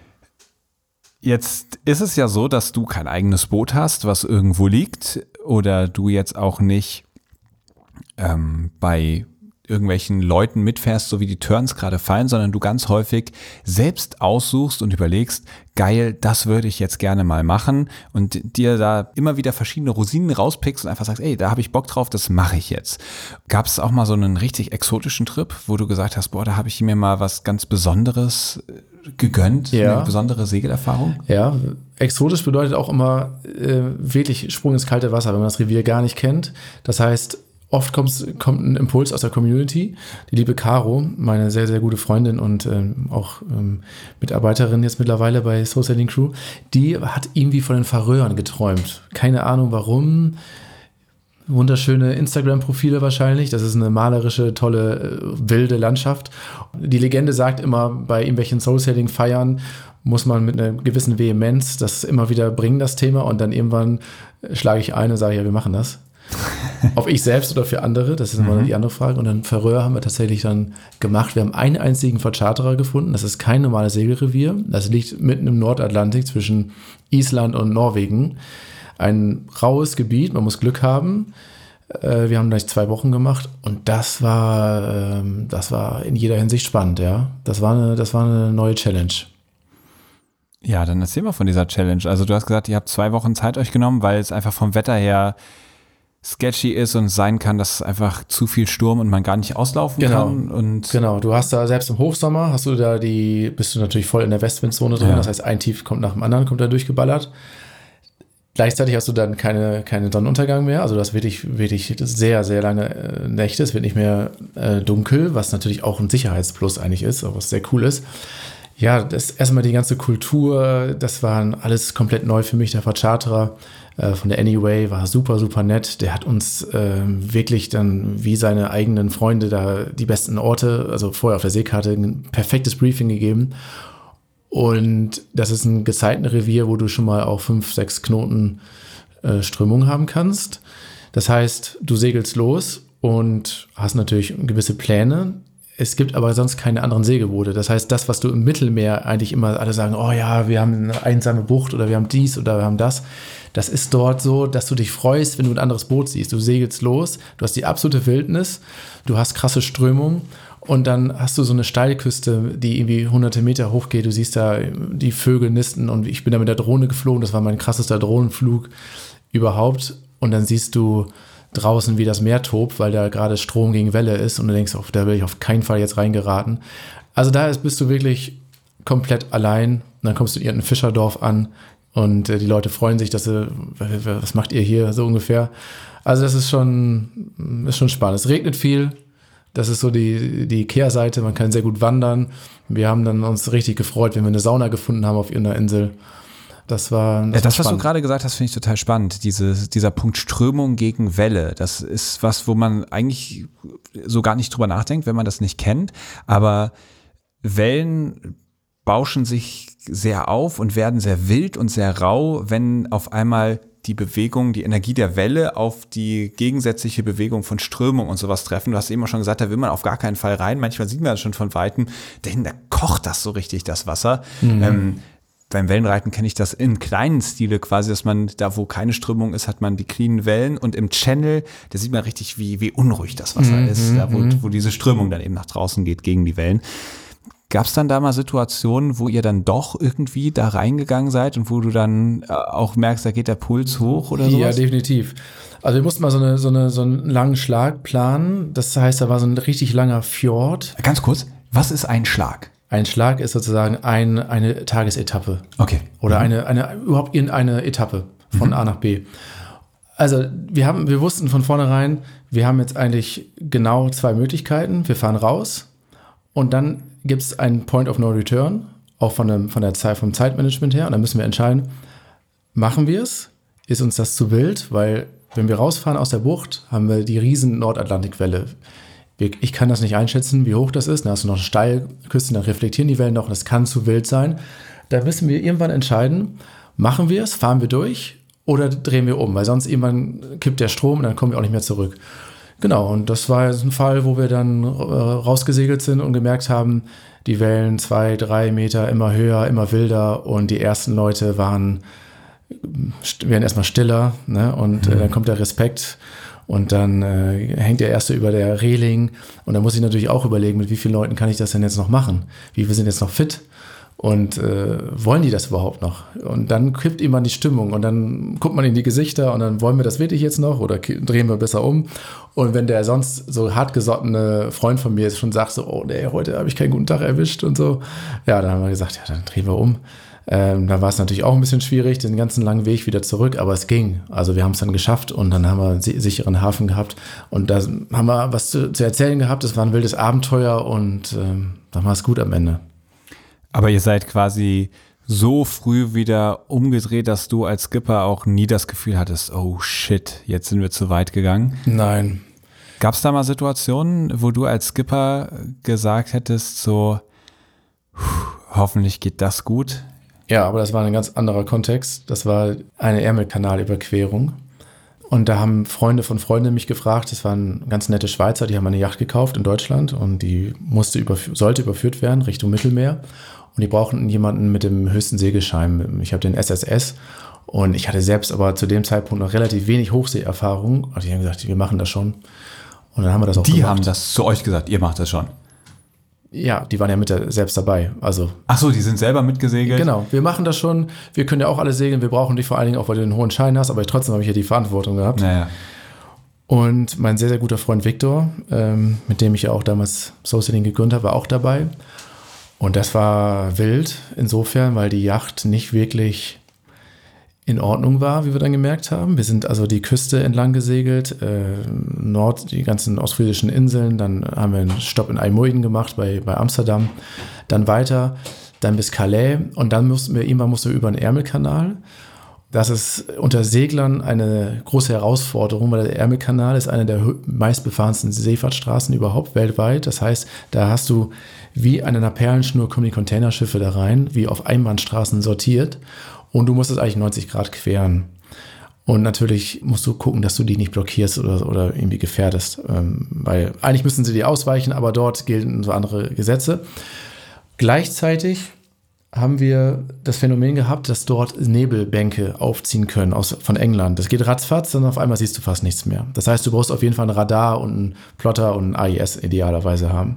Jetzt ist es ja so, dass du kein eigenes Boot hast, was irgendwo liegt oder du jetzt auch nicht ähm, bei irgendwelchen Leuten mitfährst, so wie die Turns gerade fallen, sondern du ganz häufig selbst aussuchst und überlegst, geil, das würde ich jetzt gerne mal machen und dir da immer wieder verschiedene Rosinen rauspickst und einfach sagst, ey, da habe ich Bock drauf, das mache ich jetzt. Gab es auch mal so einen richtig exotischen Trip, wo du gesagt hast, boah, da habe ich mir mal was ganz Besonderes gegönnt, ja. Eine besondere Segelerfahrung? Ja, exotisch bedeutet auch immer äh, wirklich Sprung ins kalte Wasser, wenn man das Revier gar nicht kennt. Das heißt, oft kommt, kommt ein Impuls aus der Community. Die liebe Caro, meine sehr, sehr gute Freundin und ähm, auch ähm, Mitarbeiterin jetzt mittlerweile bei Soul Sailing Crew, die hat irgendwie von den Färöern geträumt. Keine Ahnung warum. Wunderschöne Instagram-Profile wahrscheinlich. Das ist eine malerische, tolle, wilde Landschaft. Die Legende sagt immer, bei irgendwelchen Soul Sailing-Feiern muss man mit einer gewissen Vehemenz das immer wieder bringen, das Thema. Und dann irgendwann schlage ich ein und sage, ja, wir machen das. Ob ich selbst oder für andere, das ist immer mhm. die andere Frage. Und dann Färöer haben wir tatsächlich dann gemacht. Wir haben einen einzigen Vercharterer gefunden. Das ist kein normales Segelrevier. Das liegt mitten im Nordatlantik zwischen Island und Norwegen. Ein raues Gebiet, man muss Glück haben. Wir haben gleich zwei Wochen gemacht und das war, das war in jeder Hinsicht spannend, ja. Das war eine, das war eine neue Challenge. Ja, dann erzähl mal von dieser Challenge. Also du hast gesagt, ihr habt zwei Wochen Zeit euch genommen, weil es einfach vom Wetter her sketchy ist und es sein kann, dass es einfach zu viel Sturm und man gar nicht auslaufen genau. kann. Und genau, du hast da selbst im Hochsommer, hast du da die, bist du natürlich voll in der Westwindzone drin, ja. Das heißt, ein Tief kommt nach dem anderen, kommt da durchgeballert. Gleichzeitig hast du dann keine, keinen Sonnenuntergang mehr, also das wirklich, wirklich sehr, sehr lange äh, Nächte, es wird nicht mehr äh, dunkel, was natürlich auch ein Sicherheitsplus eigentlich ist, aber was sehr cool ist. Ja, das erstmal die ganze Kultur, das war alles komplett neu für mich, der Vercharterer äh, von der Anyway war super, super nett, der hat uns äh, wirklich dann wie seine eigenen Freunde da die besten Orte, also vorher auf der Seekarte ein perfektes Briefing gegeben. Und das ist ein Gezeitenrevier, wo du schon mal auch fünf, sechs Knoten äh, Strömung haben kannst. Das heißt, du segelst los und hast natürlich gewisse Pläne. Es gibt aber sonst keine anderen Segelboote. Das heißt, das, was du im Mittelmeer eigentlich immer alle sagen, oh ja, wir haben eine einsame Bucht oder wir haben dies oder wir haben das. Das ist dort so, dass du dich freust, wenn du ein anderes Boot siehst. Du segelst los, du hast die absolute Wildnis, du hast krasse Strömung. Und dann hast du so eine Steilküste, die irgendwie hunderte Meter hoch geht. Du siehst da die Vögel nisten und ich bin da mit der Drohne geflogen. Das war mein krassester Drohnenflug überhaupt. Und dann siehst du draußen, wie das Meer tobt, weil da gerade Strom gegen Welle ist und du denkst, oh, da will ich auf keinen Fall jetzt reingeraten. Also da ist, bist du wirklich komplett allein. Und dann kommst du in irgendein Fischerdorf an und äh, die Leute freuen sich, dass sie, was macht ihr hier, so ungefähr. Also das ist schon, ist schon spannend. Es regnet viel. Das ist so die, die Kehrseite. Man kann sehr gut wandern. Wir haben dann uns richtig gefreut, wenn wir eine Sauna gefunden haben auf irgendeiner Insel. Das war das, ja, das was du gerade gesagt hast, finde ich total spannend. Diese, dieser Punkt Strömung gegen Welle, das ist was, wo man eigentlich so gar nicht drüber nachdenkt, wenn man das nicht kennt. Aber Wellen bauschen sich sehr auf und werden sehr wild und sehr rau, wenn auf einmal die Bewegung, die Energie der Welle auf die gegensätzliche Bewegung von Strömung und sowas treffen. Du hast eben auch schon gesagt, da will man auf gar keinen Fall rein. Manchmal sieht man das schon von Weitem, denn da kocht das so richtig, das Wasser. Mhm. Ähm, beim Wellenreiten kenne ich das im kleinen Stile quasi, dass man da, wo keine Strömung ist, hat man die cleanen Wellen und im Channel, da sieht man richtig, wie, wie unruhig das Wasser mhm. ist, da, wo, wo diese Strömung dann eben nach draußen geht gegen die Wellen. Gab es dann da mal Situationen, wo ihr dann doch irgendwie da reingegangen seid und wo du dann auch merkst, da geht der Puls hoch oder sowas? Ja, definitiv. Also wir mussten mal so, eine, so, eine, so einen langen Schlag planen. Das heißt, da war so ein richtig langer Fjord. Ganz kurz, was ist ein Schlag? Ein Schlag ist sozusagen ein, eine Tagesetappe. Okay. Oder mhm. eine, eine, überhaupt irgendeine Etappe von mhm. A nach B. Also wir haben, wir wussten von vornherein, wir haben jetzt eigentlich genau zwei Möglichkeiten. Wir fahren raus und dann gibt es einen Point of No Return, auch von, dem, von der Zeit, vom Zeitmanagement her. Und dann müssen wir entscheiden, machen wir es? Ist uns das zu wild? Weil wenn wir rausfahren aus der Bucht, haben wir die riesen Nordatlantikwelle. Ich kann das nicht einschätzen, wie hoch das ist. Dann hast du noch eine Steilküste, dann reflektieren die Wellen noch. Das kann zu wild sein. Da müssen wir irgendwann entscheiden, machen wir es, fahren wir durch oder drehen wir um? Weil sonst irgendwann kippt der Strom und dann kommen wir auch nicht mehr zurück. Genau, und das war ein Fall, wo wir dann äh, rausgesegelt sind und gemerkt haben, die Wellen zwei, drei Meter immer höher, immer wilder und die ersten Leute waren, werden erstmal stiller, ne? Und mhm. äh, dann kommt der Respekt und dann äh, hängt der Erste über der Reling und dann muss ich natürlich auch überlegen, mit wie vielen Leuten kann ich das denn jetzt noch machen? Wie wir sind jetzt noch fit? Und äh, wollen die das überhaupt noch? Und dann kippt irgendwann die Stimmung und dann guckt man in die Gesichter und dann wollen wir das wirklich jetzt noch oder drehen wir besser um? Und wenn der sonst so hartgesottene Freund von mir schon sagt, so, oh nee, heute habe ich keinen guten Tag erwischt und so, ja, dann haben wir gesagt, ja, dann drehen wir um. Ähm, da war es natürlich auch ein bisschen schwierig, den ganzen langen Weg wieder zurück, aber es ging. Also wir haben es dann geschafft und dann haben wir einen sicheren Hafen gehabt und da haben wir was zu, zu erzählen gehabt. Es war ein wildes Abenteuer und ähm, dann war es gut am Ende. Aber ihr seid quasi so früh wieder umgedreht, dass du als Skipper auch nie das Gefühl hattest, oh shit, jetzt sind wir zu weit gegangen? Nein. Gab es da mal Situationen, wo du als Skipper gesagt hättest, so, hoffentlich geht das gut? Ja, aber das war ein ganz anderer Kontext. Das war eine Ärmelkanalüberquerung. Und da haben Freunde von Freunden mich gefragt, das waren ganz nette Schweizer, die haben eine Yacht gekauft in Deutschland und die musste überf- sollte überführt werden Richtung Mittelmeer. Und die brauchten jemanden mit dem höchsten Segelschein. Ich habe den S S S und ich hatte selbst aber zu dem Zeitpunkt noch relativ wenig Hochseeerfahrung. Und die haben gesagt, wir machen das schon. Und dann haben wir das auch die gemacht. Die haben das zu euch gesagt, ihr macht das schon? Ja, die waren ja mit der, selbst dabei. Also, ach so, die sind selber mitgesegelt? Genau, wir machen das schon. Wir können ja auch alle segeln. Wir brauchen dich vor allen Dingen auch, weil du den hohen Schein hast. Aber trotzdem habe ich hier die Verantwortung gehabt. Naja. Und mein sehr, sehr guter Freund Victor, ähm, mit dem ich ja auch damals Soul-Sailing gegründet habe, war auch dabei. Und das war wild insofern, weil die Yacht nicht wirklich in Ordnung war, wie wir dann gemerkt haben. Wir sind also die Küste entlang gesegelt, äh, Nord, die ganzen ostfriesischen Inseln. Dann haben wir einen Stopp in IJmuiden gemacht bei, bei Amsterdam. Dann weiter, dann bis Calais. Und dann mussten wir, irgendwann mussten wir über den Ärmelkanal. Das ist unter Seglern eine große Herausforderung, weil der Ärmelkanal ist eine der meistbefahrensten Seefahrtsstraßen überhaupt weltweit. Das heißt, da hast du wie an einer Perlenschnur kommen die Containerschiffe da rein, wie auf Einbahnstraßen sortiert. Und du musst es eigentlich neunzig Grad queren. Und natürlich musst du gucken, dass du die nicht blockierst oder, oder irgendwie gefährdest. Ähm, weil eigentlich müssen sie dir ausweichen, aber dort gelten so andere Gesetze. Gleichzeitig haben wir das Phänomen gehabt, dass dort Nebelbänke aufziehen können aus, von England. Das geht ratzfatz, dann auf einmal siehst du fast nichts mehr. Das heißt, du brauchst auf jeden Fall ein Radar und einen Plotter und ein A I S idealerweise haben.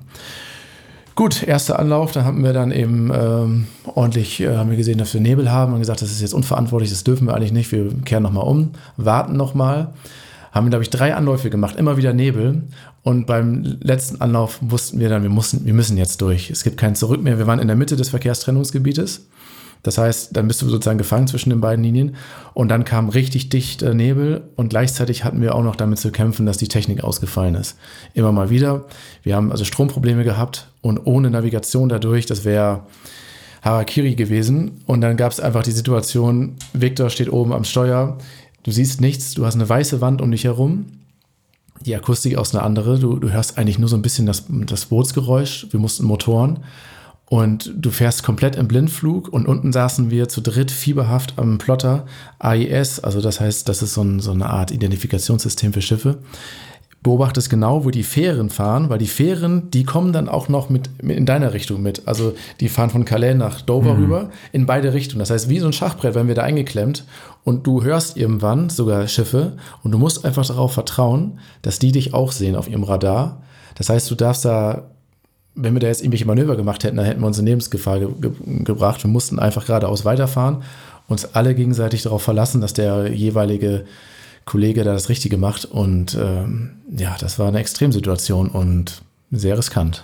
Gut, erster Anlauf, da haben wir dann eben ähm, ordentlich, äh, haben wir gesehen, dass wir Nebel haben und gesagt, das ist jetzt unverantwortlich, das dürfen wir eigentlich nicht, wir kehren nochmal um, warten nochmal, haben wir, glaube ich, drei Anläufe gemacht, immer wieder Nebel. Und beim letzten Anlauf wussten wir dann, wir, mussten, wir müssen jetzt durch. Es gibt kein Zurück mehr. Wir waren in der Mitte des Verkehrstrennungsgebietes. Das heißt, dann bist du sozusagen gefangen zwischen den beiden Linien. Und dann kam richtig dichter Nebel. Und gleichzeitig hatten wir auch noch damit zu kämpfen, dass die Technik ausgefallen ist. Immer mal wieder. Wir haben also Stromprobleme gehabt. Und ohne Navigation dadurch, das wäre Harakiri gewesen. Und dann gab es einfach die Situation, Victor steht oben am Steuer. Du siehst nichts, du hast eine weiße Wand um dich herum. Die Akustik aus einer andere. Du, du hörst eigentlich nur so ein bisschen das, das Bootsgeräusch. Wir mussten Motoren. Und du fährst komplett im Blindflug. Und unten saßen wir zu dritt fieberhaft am Plotter A I S. Also das heißt, das ist so, ein, so eine Art Identifikationssystem für Schiffe. Beobachtest genau, wo die Fähren fahren, weil die Fähren, die kommen dann auch noch mit, mit in deiner Richtung mit. Also die fahren von Calais nach Dover mhm. rüber in beide Richtungen. Das heißt, wie so ein Schachbrett werden wir da eingeklemmt und du hörst irgendwann sogar Schiffe und du musst einfach darauf vertrauen, dass die dich auch sehen auf ihrem Radar. Das heißt, du darfst da, wenn wir da jetzt irgendwelche Manöver gemacht hätten, dann hätten wir uns in Lebensgefahr ge- ge- gebracht. Wir mussten einfach geradeaus weiterfahren, uns alle gegenseitig darauf verlassen, dass der jeweilige Kollege da das Richtige macht und ähm, ja, das war eine Extremsituation und sehr riskant.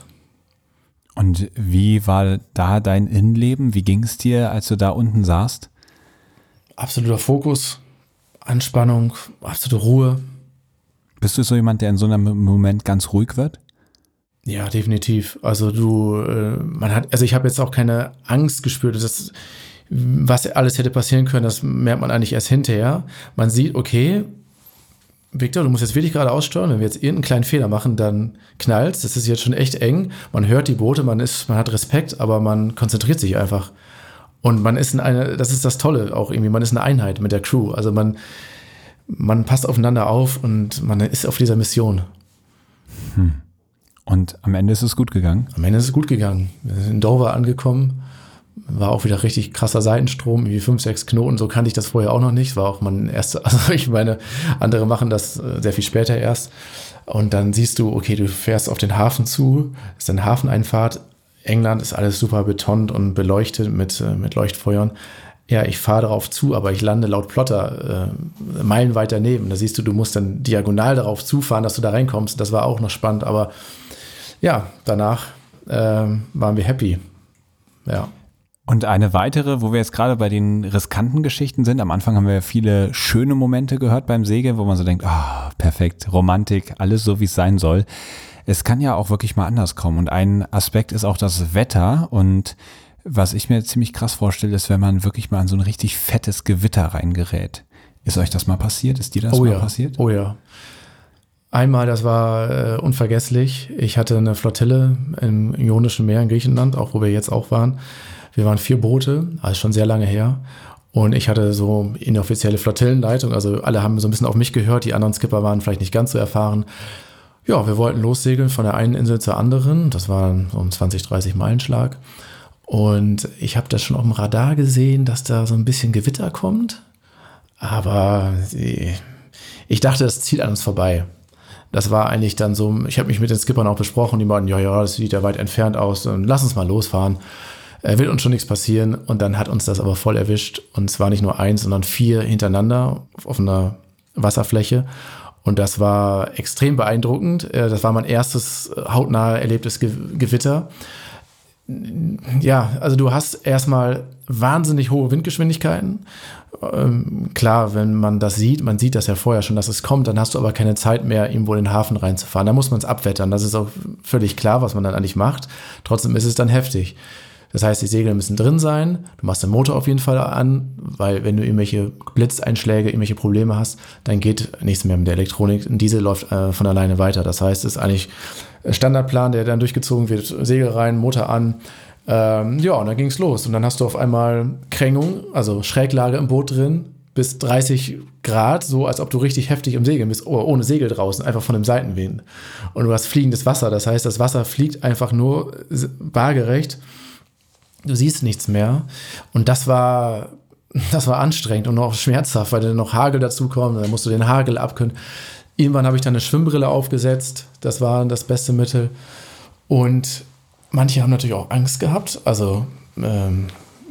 Und wie war da dein Innenleben? Wie ging es dir, als du da unten saßt? Absoluter Fokus, Anspannung, absolute Ruhe. Bist du so jemand, der in so einem Moment ganz ruhig wird? Ja, definitiv. Also du, äh, man hat, also ich habe jetzt auch keine Angst gespürt, dass was alles hätte passieren können, das merkt man eigentlich erst hinterher. Man sieht, okay, Victor, du musst jetzt wirklich gerade aussteuern. Wenn wir jetzt irgendeinen kleinen Fehler machen, dann knallt's. Das ist jetzt schon echt eng. Man hört die Boote, man ist, man hat Respekt, aber man konzentriert sich einfach. Und man ist in eine, das ist das Tolle auch irgendwie, man ist eine Einheit mit der Crew. Also man, man passt aufeinander auf und man ist auf dieser Mission. Hm. Und am Ende ist es gut gegangen? Am Ende ist es gut gegangen. Wir sind in Dover angekommen. War auch wieder richtig krasser Seitenstrom, wie fünf, sechs Knoten, so kannte ich das vorher auch noch nicht. War auch mein erster, also ich meine, andere machen das sehr viel später erst. Und dann siehst du, okay, du fährst auf den Hafen zu, ist eine Hafeneinfahrt. England ist alles super betont und beleuchtet mit, mit Leuchtfeuern. Ja, ich fahre darauf zu, aber ich lande laut Plotter äh, meilenweit daneben. Da siehst du, du musst dann diagonal darauf zufahren, dass du da reinkommst. Das war auch noch spannend, aber ja, danach äh, waren wir happy. Ja. Und eine weitere, wo wir jetzt gerade bei den riskanten Geschichten sind. Am Anfang haben wir viele schöne Momente gehört beim Segeln, wo man so denkt, ah, oh, perfekt, Romantik, alles so, wie es sein soll. Es kann ja auch wirklich mal anders kommen. Und ein Aspekt ist auch das Wetter. Und was ich mir ziemlich krass vorstelle, ist, wenn man wirklich mal in so ein richtig fettes Gewitter reingerät. Ist euch das mal passiert? Ist dir das oh mal ja. passiert? Oh ja. Einmal, das war äh, unvergesslich. Ich hatte eine Flottille im Ionischen Meer in Griechenland, auch wo wir jetzt auch waren. Wir waren vier Boote, also schon sehr lange her. Und ich hatte so inoffizielle Flottillenleitung, also alle haben so ein bisschen auf mich gehört, die anderen Skipper waren vielleicht nicht ganz so erfahren. Ja, wir wollten lossegeln von der einen Insel zur anderen. Das war so ein zwanzig, dreißig Meilenschlag. Und ich habe das schon auf dem Radar gesehen, dass da so ein bisschen Gewitter kommt. Aber ich dachte, das zieht an uns vorbei. Das war eigentlich dann so, ich habe mich mit den Skippern auch besprochen, die meinten, ja, ja, das sieht ja weit entfernt aus, und lass uns mal losfahren. Äh, wird uns schon nichts passieren. Und dann hat uns das aber voll erwischt. Und zwar nicht nur eins, sondern vier hintereinander auf einer Wasserfläche. Und das war extrem beeindruckend. Äh, das war mein erstes hautnah erlebtes Ge- Gewitter. Ja, also du hast erstmal wahnsinnig hohe Windgeschwindigkeiten. Ähm, klar, wenn man das sieht, man sieht das ja vorher schon, dass es kommt, dann hast du aber keine Zeit mehr, irgendwo in den Hafen reinzufahren. Da muss man es abwettern. Das ist auch völlig klar, was man dann eigentlich macht. Trotzdem ist es dann heftig. Das heißt, die Segel müssen drin sein. Du machst den Motor auf jeden Fall an, weil wenn du irgendwelche Blitzeinschläge, irgendwelche Probleme hast, dann geht nichts mehr mit der Elektronik. Ein Diesel läuft äh, von alleine weiter. Das heißt, es ist eigentlich Standardplan, der dann durchgezogen wird. Segel rein, Motor an. Ähm, ja, und dann ging es los. Und dann hast du auf einmal Krängung, also Schräglage im Boot drin, bis dreißig Grad, so als ob du richtig heftig im Segeln bist, ohne Segel draußen, einfach von dem Seitenwind. Und du hast fliegendes Wasser. Das heißt, das Wasser fliegt einfach nur waagerecht. Du siehst nichts mehr. Und das war, das war anstrengend und auch schmerzhaft, weil dann noch Hagel dazu kommt. Dann musst du den Hagel abkönnen. Irgendwann habe ich dann eine Schwimmbrille aufgesetzt. Das war das beste Mittel. Und manche haben natürlich auch Angst gehabt. Also ähm,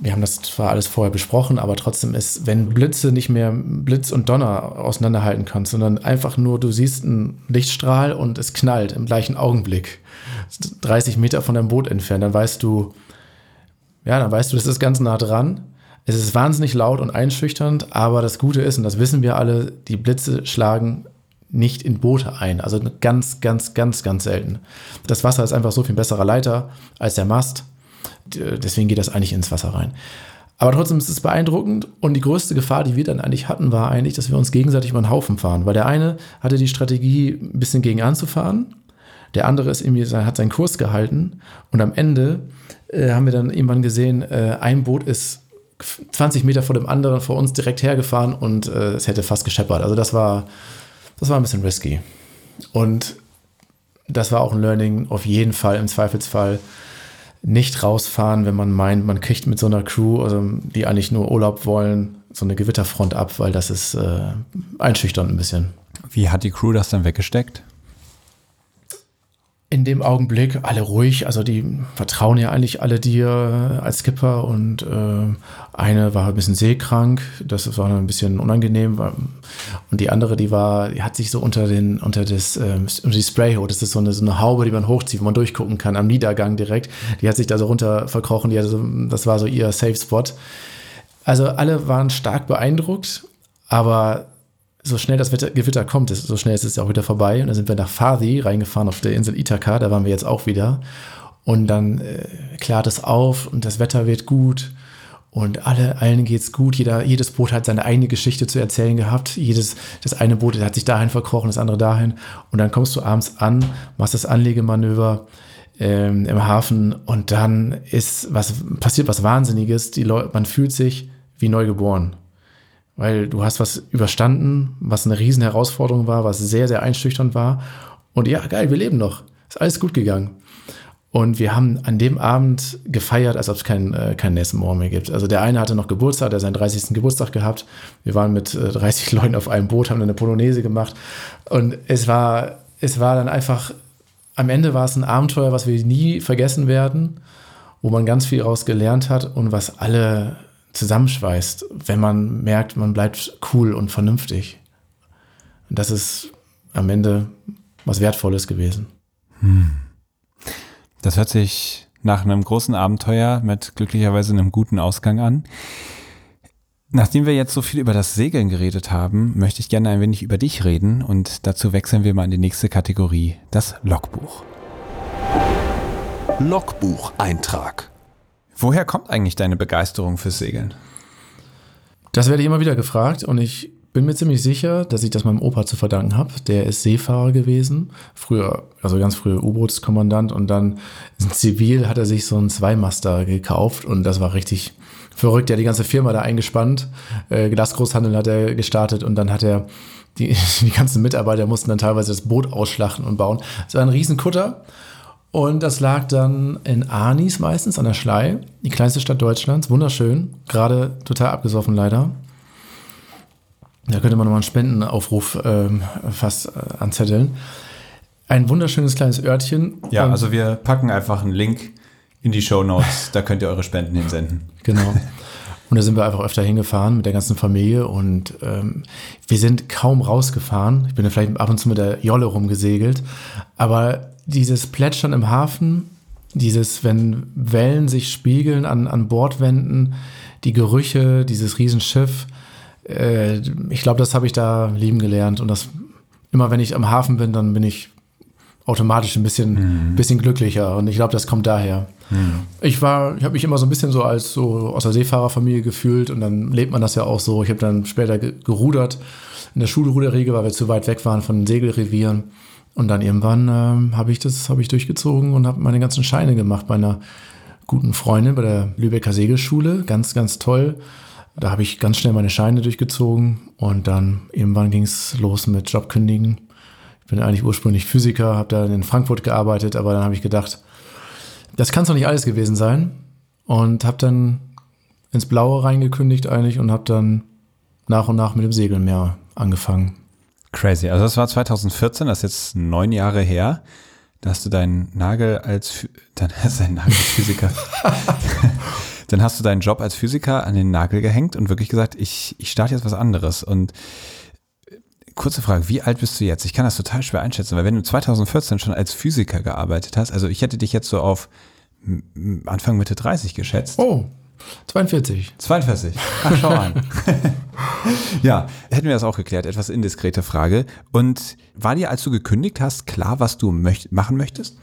wir haben das zwar alles vorher besprochen, aber trotzdem ist, wenn Blitze nicht mehr Blitz und Donner auseinanderhalten kannst, sondern einfach nur, du siehst einen Lichtstrahl und es knallt im gleichen Augenblick, dreißig Meter von deinem Boot entfernt, dann weißt du, ja, dann weißt du, das ist ganz nah dran. Es ist wahnsinnig laut und einschüchternd, aber das Gute ist, und das wissen wir alle, die Blitze schlagen nicht in Boote ein. Also ganz, ganz, ganz, ganz selten. Das Wasser ist einfach so viel besserer Leiter als der Mast. Deswegen geht das eigentlich ins Wasser rein. Aber trotzdem ist es beeindruckend. Und die größte Gefahr, die wir dann eigentlich hatten, war eigentlich, dass wir uns gegenseitig über den Haufen fahren. Weil der eine hatte die Strategie, ein bisschen gegen anzufahren. Der andere ist irgendwie, hat seinen Kurs gehalten. Und am Ende äh, haben wir dann irgendwann gesehen, äh, ein Boot ist zwanzig Meter vor dem anderen vor uns direkt hergefahren und äh, es hätte fast gescheppert. Also das war... Das war ein bisschen risky. Und das war auch ein Learning, auf jeden Fall, im Zweifelsfall nicht rausfahren, wenn man meint, man kriegt mit so einer Crew, also die eigentlich nur Urlaub wollen, so eine Gewitterfront ab, weil das ist äh, einschüchternd ein bisschen. Wie hat die Crew das dann weggesteckt? In dem Augenblick alle ruhig, also die vertrauen ja eigentlich alle dir als Skipper und äh, eine war ein bisschen seekrank, das war ein bisschen unangenehm und die andere, die war, die hat sich so unter den, unter das, äh, unter die Sprayhood, das ist so eine, so eine Haube, die man hochzieht, wo man durchgucken kann, am Niedergang direkt, die hat sich da so runter verkrochen, die hatte so, das war so ihr Safe Spot. Also alle waren stark beeindruckt, aber so schnell das Wetter, Gewitter kommt, so schnell ist es ja auch wieder vorbei. Und dann sind wir nach Farthi reingefahren auf der Insel Ithaka, da waren wir jetzt auch wieder. Und dann äh, klart es auf und das Wetter wird gut und alle, allen geht's gut. Jeder, jedes Boot hat seine eigene Geschichte zu erzählen gehabt. Jedes, das eine Boot hat sich dahin verkrochen, das andere dahin. Und dann kommst du abends an, machst das Anlegemanöver ähm, im Hafen und dann ist was passiert was Wahnsinniges. Die Leute, man fühlt sich wie neugeboren. Weil du hast was überstanden, was eine riesen Herausforderung war, was sehr, sehr einschüchternd war. Und ja, geil, wir leben noch. Ist alles gut gegangen. Und wir haben an dem Abend gefeiert, als ob es keinen äh, keinen nächsten Morgen mehr gibt. Also der eine hatte noch Geburtstag, der hat seinen dreißigsten Geburtstag gehabt. Wir waren mit äh, dreißig Leuten auf einem Boot, haben dann eine Polonaise gemacht. Und es war, es war dann einfach, am Ende war es ein Abenteuer, was wir nie vergessen werden, wo man ganz viel daraus gelernt hat und was alle zusammenschweißt, wenn man merkt, man bleibt cool und vernünftig. Und das ist am Ende was Wertvolles gewesen. Hm. Das hört sich nach einem großen Abenteuer mit glücklicherweise einem guten Ausgang an. Nachdem wir jetzt so viel über das Segeln geredet haben, möchte ich gerne ein wenig über dich reden und dazu wechseln wir mal in die nächste Kategorie, das Logbuch. Logbucheintrag. Woher kommt eigentlich deine Begeisterung fürs Segeln? Das werde ich immer wieder gefragt und ich bin mir ziemlich sicher, dass ich das meinem Opa zu verdanken habe. Der ist Seefahrer gewesen, früher, also ganz früher U-Bootskommandant und dann zivil hat er sich so einen Zweimaster gekauft und das war richtig verrückt. Er hat die ganze Firma da eingespannt, äh, Glasgroßhandel hat er gestartet und dann hat er, die, die ganzen Mitarbeiter mussten dann teilweise das Boot ausschlachten und bauen. Es war ein Riesenkutter. Und das lag dann in Arnis meistens, an der Schlei, die kleinste Stadt Deutschlands. Wunderschön, gerade total abgesoffen leider. Da könnte man nochmal einen Spendenaufruf ähm, fast äh, anzetteln. Ein wunderschönes kleines Örtchen. Ja, und also wir packen einfach einen Link in die Shownotes, da könnt ihr eure Spenden hinsenden. Genau. Und da sind wir einfach öfter hingefahren mit der ganzen Familie und ähm, wir sind kaum rausgefahren. Ich bin ja vielleicht ab und zu mit der Jolle rumgesegelt, aber dieses Plätschern im Hafen, dieses, wenn Wellen sich spiegeln an, an Bordwänden, die Gerüche, dieses Riesenschiff, äh, ich glaube, das habe ich da lieben gelernt. Und das immer, wenn ich am Hafen bin, dann bin ich automatisch ein bisschen, mhm. bisschen glücklicher. Und ich glaube, das kommt daher. Mhm. Ich war, ich habe mich immer so ein bisschen so als so aus der Seefahrerfamilie gefühlt und dann lebt man das ja auch so. Ich habe dann später gerudert in der Schulruderriege, weil wir zu weit weg waren von den Segelrevieren. Und dann irgendwann äh, habe ich das habe ich durchgezogen und habe meine ganzen Scheine gemacht bei einer guten Freundin bei der Lübecker Segelschule. Ganz, ganz toll. Da habe ich ganz schnell meine Scheine durchgezogen und dann irgendwann ging es los mit Jobkündigen. Ich bin eigentlich ursprünglich Physiker, habe da in Frankfurt gearbeitet, aber dann habe ich gedacht, das kann es doch nicht alles gewesen sein. Und habe dann ins Blaue reingekündigt eigentlich und habe dann nach und nach mit dem Segeln mehr angefangen. Crazy. Also das war zwanzig vierzehn, das ist jetzt neun Jahre her. Da hast du deinen Nagel als, dann hast du deinen Nagel als Physiker. dann hast du deinen Job als Physiker an den Nagel gehängt und wirklich gesagt, ich, ich starte jetzt was anderes. Und kurze Frage, wie alt bist du jetzt? Ich kann das total schwer einschätzen, weil wenn du zwanzig vierzehn schon als Physiker gearbeitet hast, also ich hätte dich jetzt so auf Anfang Mitte dreißig geschätzt. Oh, zweiundvierzig. zweiundvierzig. Ach, schau an. Ja, hätten wir das auch geklärt. Etwas indiskrete Frage. Und war dir, als du gekündigt hast, klar, was du möcht- machen möchtest?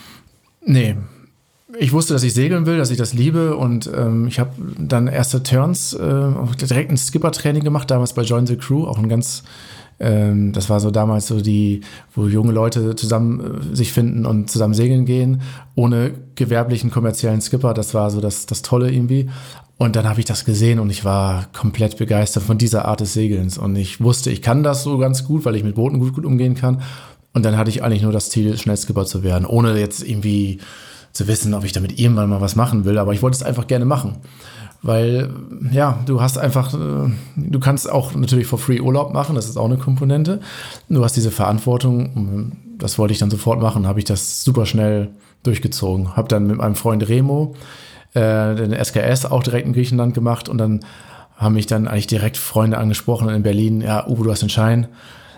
Nee. Ich wusste, dass ich segeln will, dass ich das liebe und ähm, ich habe dann erste Turns, äh, direkt ein Skipper-Training gemacht, damals bei Join the Crew, auch ein ganz, ähm, das war so damals so die, wo junge Leute zusammen äh, sich finden und zusammen segeln gehen, ohne gewerblichen, kommerziellen Skipper, das war so das, das Tolle irgendwie. Und dann habe ich das gesehen und ich war komplett begeistert von dieser Art des Segelns und ich wusste, ich kann das so ganz gut, weil ich mit Booten gut, gut umgehen kann und dann hatte ich eigentlich nur das Ziel, schnell Skipper zu werden, ohne jetzt irgendwie zu wissen, ob ich damit irgendwann mal was machen will, aber ich wollte es einfach gerne machen, weil, ja, du hast einfach, du kannst auch natürlich for free Urlaub machen, das ist auch eine Komponente, du hast diese Verantwortung, das wollte ich dann sofort machen, habe ich das super schnell durchgezogen, habe dann mit meinem Freund Remo äh, den S K S auch direkt in Griechenland gemacht und dann haben mich dann eigentlich direkt Freunde angesprochen in Berlin, ja, Uwe, du hast den Schein,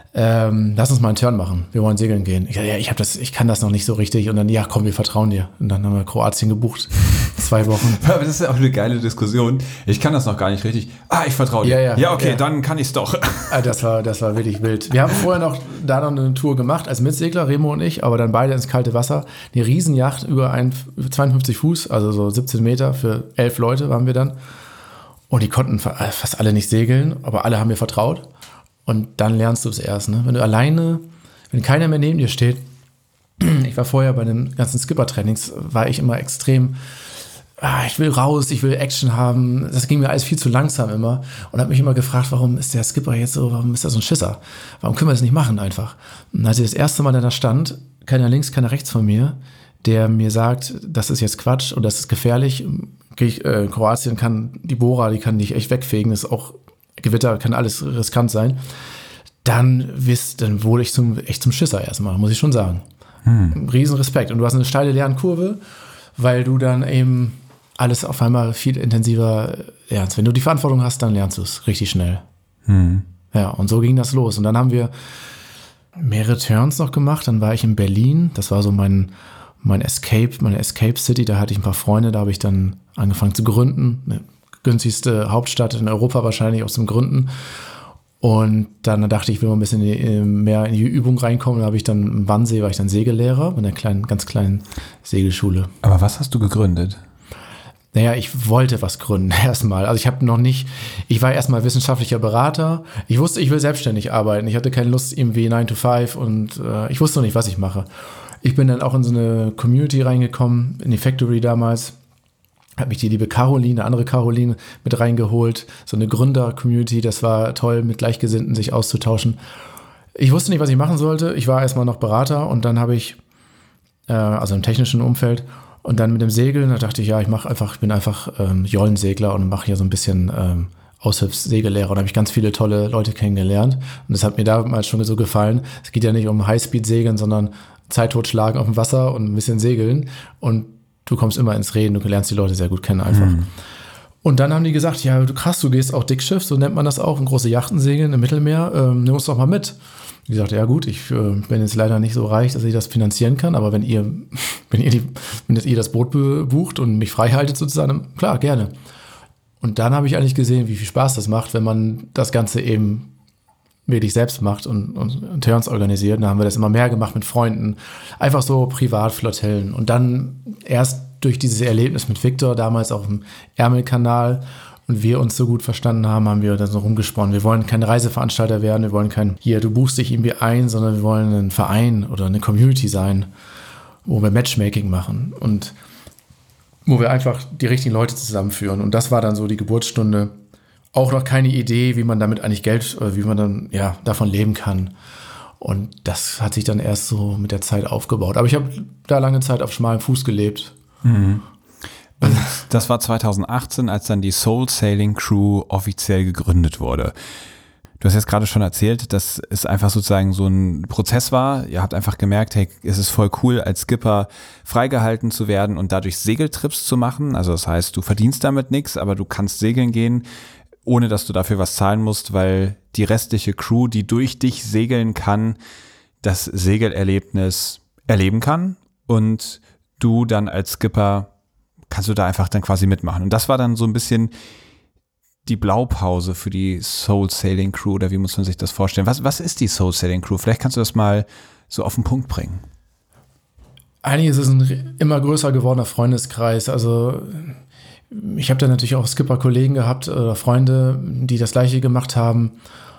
Ähm, lass uns mal einen Turn machen. Wir wollen segeln gehen. Ich, ja, ich, hab das, ich kann das noch nicht so richtig. Und dann, ja, komm, wir vertrauen dir. Und dann haben wir Kroatien gebucht. Zwei Wochen. Aber das ist ja auch eine geile Diskussion. Ich kann das noch gar nicht richtig. Ah, ich vertraue dir. Ja, ja, ja okay, ja. Dann kann ich es doch. Das war, das war wirklich wild. Wir haben vorher noch da noch eine Tour gemacht, als Mitsegler, Remo und ich, aber dann beide ins kalte Wasser. Eine Riesenjacht über ein, zweiundfünfzig Fuß, also so siebzehn Meter für elf Leute waren wir dann. Und die konnten fast alle nicht segeln, aber alle haben mir vertraut. Und dann lernst du es erst, ne? Wenn du alleine, wenn keiner mehr neben dir steht, ich war vorher bei den ganzen Skipper-Trainings, war ich immer extrem, ah, ich will raus, ich will Action haben, das ging mir alles viel zu langsam immer und habe mich immer gefragt, warum ist der Skipper jetzt so, warum ist der so ein Schisser? Warum können wir das nicht machen einfach? Und als ich das erste Mal da stand, keiner links, keiner rechts von mir, der mir sagt, das ist jetzt Quatsch und das ist gefährlich, äh, Kroatien kann, die Bora, die kann dich echt wegfegen, das ist auch Gewitter, kann alles riskant sein, dann wisst, dann wurde ich zum, echt zum Schisser erstmal, muss ich schon sagen. Hm. Riesen Respekt. Und du hast eine steile Lernkurve, weil du dann eben alles auf einmal viel intensiver lernst. Wenn du die Verantwortung hast, dann lernst du es richtig schnell. Hm. Ja, und so ging das los. Und dann haben wir mehrere Turns noch gemacht. Dann war ich in Berlin. Das war so mein, mein Escape, meine Escape City. Da hatte ich ein paar Freunde. Da habe ich dann angefangen zu gründen. Eine günstigste Hauptstadt in Europa wahrscheinlich aus dem Gründen. Und dann dachte ich, ich will mal ein bisschen in die, mehr in die Übung reinkommen. Da habe ich dann im Wannsee, war ich dann Segellehrer bei einer kleinen, ganz kleinen Segelschule. Aber was hast du gegründet? Naja, ich wollte was gründen erstmal. Also ich habe noch nicht, ich war erstmal wissenschaftlicher Berater. Ich wusste, ich will selbstständig arbeiten. Ich hatte keine Lust irgendwie nine to five und äh, ich wusste noch nicht, was ich mache. Ich bin dann auch in so eine Community reingekommen, in die Factory damals. Hat mich die liebe Caroline, eine andere Caroline, mit reingeholt. So eine Gründer-Community, das war toll, mit Gleichgesinnten sich auszutauschen. Ich wusste nicht, was ich machen sollte. Ich war erstmal noch Berater und dann habe ich, äh, also im technischen Umfeld, und dann mit dem Segeln, da dachte ich, ja, ich mache einfach, ich bin einfach ähm, Jollensegler und mache hier so ein bisschen ähm, Aushilfssegellehrer. Und da habe ich ganz viele tolle Leute kennengelernt. Und das hat mir damals schon so gefallen. Es geht ja nicht um Highspeed-Segeln, sondern Zeit totschlagen auf dem Wasser und ein bisschen segeln. Und du kommst immer ins Reden, du lernst die Leute sehr gut kennen einfach. Mhm. Und dann haben die gesagt, ja, du krass, du gehst auch Dickschiff, so nennt man das auch, in große Yachten segeln im Mittelmeer, ähm, nimm uns doch mal mit. Ich sagte, ja gut, ich äh, bin jetzt leider nicht so reich, dass ich das finanzieren kann, aber wenn ihr, wenn ihr, die, wenn ihr das Boot bucht und mich frei haltet sozusagen, klar, gerne. Und dann habe ich eigentlich gesehen, wie viel Spaß das macht, wenn man das Ganze eben wirklich selbst macht und, und, und Turns organisiert. Da haben wir das immer mehr gemacht mit Freunden. Einfach so Privatflottillen. Und dann erst durch dieses Erlebnis mit Victor, damals auf dem Ärmelkanal, und wir uns so gut verstanden haben, haben wir dann so rumgesponnen. Wir wollen kein Reiseveranstalter werden, wir wollen kein, hier, du buchst dich irgendwie ein, sondern wir wollen ein Verein oder eine Community sein, wo wir Matchmaking machen und wo wir einfach die richtigen Leute zusammenführen. Und das war dann so die Geburtsstunde. Auch noch keine Idee, wie man damit eigentlich Geld, wie man dann ja davon leben kann. Und das hat sich dann erst so mit der Zeit aufgebaut. Aber ich habe da lange Zeit auf schmalem Fuß gelebt. Mhm. Und das war zwanzig achtzehn, als dann die Soul Sailing Crew offiziell gegründet wurde. Du hast jetzt gerade schon erzählt, dass es einfach sozusagen so ein Prozess war. Ihr habt einfach gemerkt, hey, es ist voll cool, als Skipper freigehalten zu werden und dadurch Segeltrips zu machen. Also das heißt, du verdienst damit nichts, aber du kannst segeln gehen, ohne dass du dafür was zahlen musst, weil die restliche Crew, die durch dich segeln kann, das Segelerlebnis erleben kann und du dann als Skipper kannst du da einfach dann quasi mitmachen. Und das war dann so ein bisschen die Blaupause für die Soul Sailing Crew, oder wie muss man sich das vorstellen? Was, was ist die Soul Sailing Crew? Vielleicht kannst du das mal so auf den Punkt bringen. Eigentlich ist es ein immer größer gewordener Freundeskreis. Also ich habe da natürlich auch Skipper-Kollegen gehabt oder Freunde, die das Gleiche gemacht haben.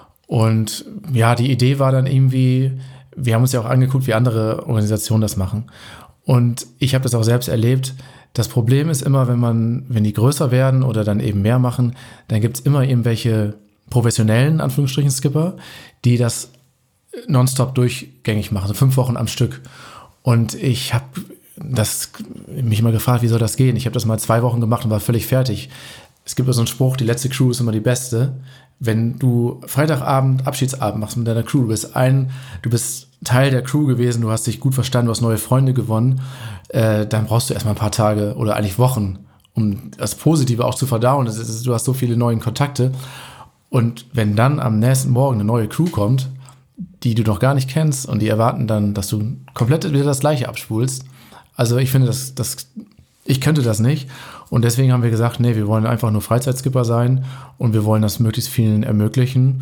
Und ja, die Idee war dann irgendwie, wir haben uns ja auch angeguckt, wie andere Organisationen das machen. Und ich habe das auch selbst erlebt. Das Problem ist immer, wenn man, wenn die größer werden oder dann eben mehr machen, dann gibt es immer irgendwelche professionellen, Anführungsstrichen, Skipper, die das nonstop durchgängig machen, so fünf Wochen am Stück. Und ich habe das mich immer gefragt, wie soll das gehen? Ich habe das mal zwei Wochen gemacht und war völlig fertig. Es gibt ja so einen Spruch, die letzte Crew ist immer die beste. Wenn du Freitagabend Abschiedsabend machst mit deiner Crew, du bist ein, du bist Teil der Crew gewesen, du hast dich gut verstanden, du hast neue Freunde gewonnen, äh, dann brauchst du erstmal ein paar Tage oder eigentlich Wochen, um das Positive auch zu verdauen. Das ist, du hast so viele neue Kontakte. Und wenn dann am nächsten Morgen eine neue Crew kommt, die du noch gar nicht kennst und die erwarten dann, dass du komplett wieder das Gleiche abspulst. Also ich finde, das, das, ich könnte das nicht. Und deswegen haben wir gesagt, nee, wir wollen einfach nur Freizeitskipper sein und wir wollen das möglichst vielen ermöglichen.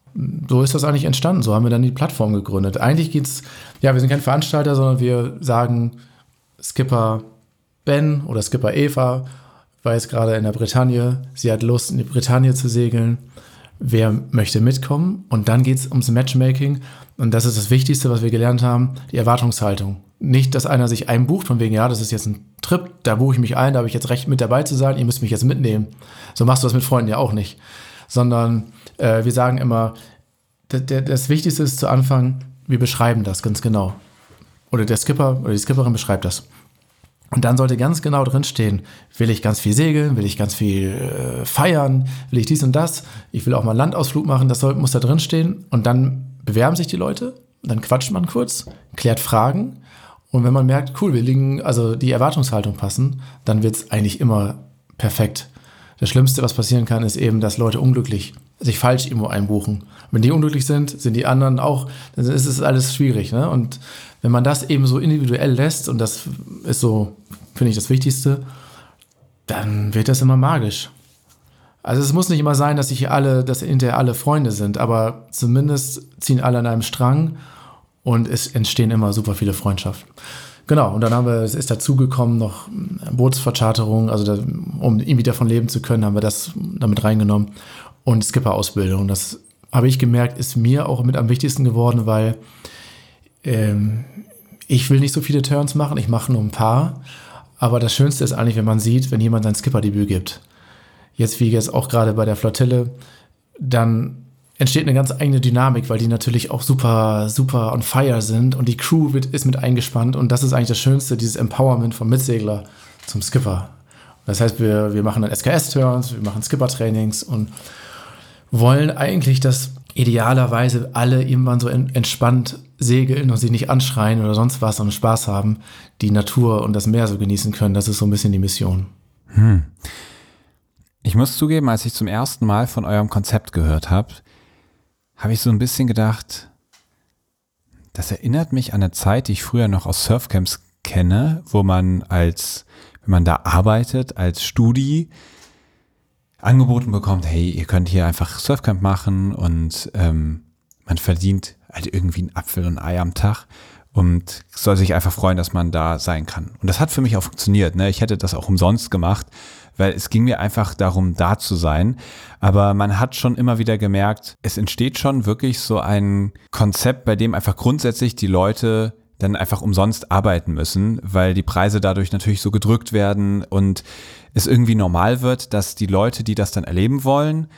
So ist das eigentlich entstanden. So haben wir dann die Plattform gegründet. Eigentlich geht's, ja, wir sind kein Veranstalter, sondern wir sagen, Skipper Ben oder Skipper Eva war jetzt gerade in der Bretagne. Sie hat Lust, in die Bretagne zu segeln. Wer möchte mitkommen? Und dann geht es ums Matchmaking. Und das ist das Wichtigste, was wir gelernt haben, die Erwartungshaltung. Nicht, dass einer sich einbucht, von wegen, ja, das ist jetzt ein Trip, da buche ich mich ein, da habe ich jetzt Recht mit dabei zu sein, ihr müsst mich jetzt mitnehmen. So machst du das mit Freunden ja auch nicht. Sondern äh, wir sagen immer, d- d- das Wichtigste ist zu Anfang, wir beschreiben das ganz genau. Oder der Skipper oder die Skipperin beschreibt das. Und dann sollte ganz genau drinstehen, will ich ganz viel segeln, will ich ganz viel äh, feiern, will ich dies und das, ich will auch mal einen Landausflug machen, das soll, muss da drinstehen. Und dann bewerben sich die Leute, dann quatscht man kurz, klärt Fragen. Und wenn man merkt, cool, wir liegen, also die Erwartungshaltung passen, dann wird es eigentlich immer perfekt. Das Schlimmste, was passieren kann, ist eben, dass Leute unglücklich sich falsch irgendwo einbuchen. Wenn die unglücklich sind, sind die anderen auch, dann ist es alles schwierig, ne? Und wenn man das eben so individuell lässt, und das ist so, finde ich, das Wichtigste, dann wird das immer magisch. Also es muss nicht immer sein, dass sich alle, dass hinterher alle Freunde sind, aber zumindest ziehen alle an einem Strang und es entstehen immer super viele Freundschaften. Genau, und dann haben wir, es ist dazugekommen noch Bootsvercharterung, also da, um irgendwie davon leben zu können, haben wir das damit reingenommen. Und Skipper-Ausbildung, das habe ich gemerkt, ist mir auch mit am wichtigsten geworden, weil ähm, ich will nicht so viele Turns machen, ich mache nur ein paar. Aber das Schönste ist eigentlich, wenn man sieht, wenn jemand sein Skipper-Debüt gibt. Jetzt wie jetzt auch gerade bei der Flottille, dann entsteht eine ganz eigene Dynamik, weil die natürlich auch super, super on fire sind und die Crew wird, ist mit eingespannt und das ist eigentlich das Schönste, dieses Empowerment vom Mitsegler zum Skipper. Das heißt, wir, wir machen dann S K S-Turns, wir machen Skipper-Trainings und wollen eigentlich, dass idealerweise alle irgendwann so entspannt segeln und sich nicht anschreien oder sonst was, sondern Spaß haben, die Natur und das Meer so genießen können. Das ist so ein bisschen die Mission. Hm. Ich muss zugeben, als ich zum ersten Mal von eurem Konzept gehört habe, habe ich so ein bisschen gedacht, das erinnert mich an eine Zeit, die ich früher noch aus Surfcamps kenne, wo man als, wenn man da arbeitet, als Studi angeboten bekommt, hey, ihr könnt hier einfach Surfcamp machen und ähm, man verdient halt irgendwie einen Apfel und ein Ei am Tag und soll sich einfach freuen, dass man da sein kann. Und das hat für mich auch funktioniert, ne? Ich hätte das auch umsonst gemacht, weil es ging mir einfach darum, da zu sein. Aber man hat schon immer wieder gemerkt, es entsteht schon wirklich so ein Konzept, bei dem einfach grundsätzlich die Leute dann einfach umsonst arbeiten müssen, weil die Preise dadurch natürlich so gedrückt werden und es irgendwie normal wird, dass die Leute, die das dann erleben wollen,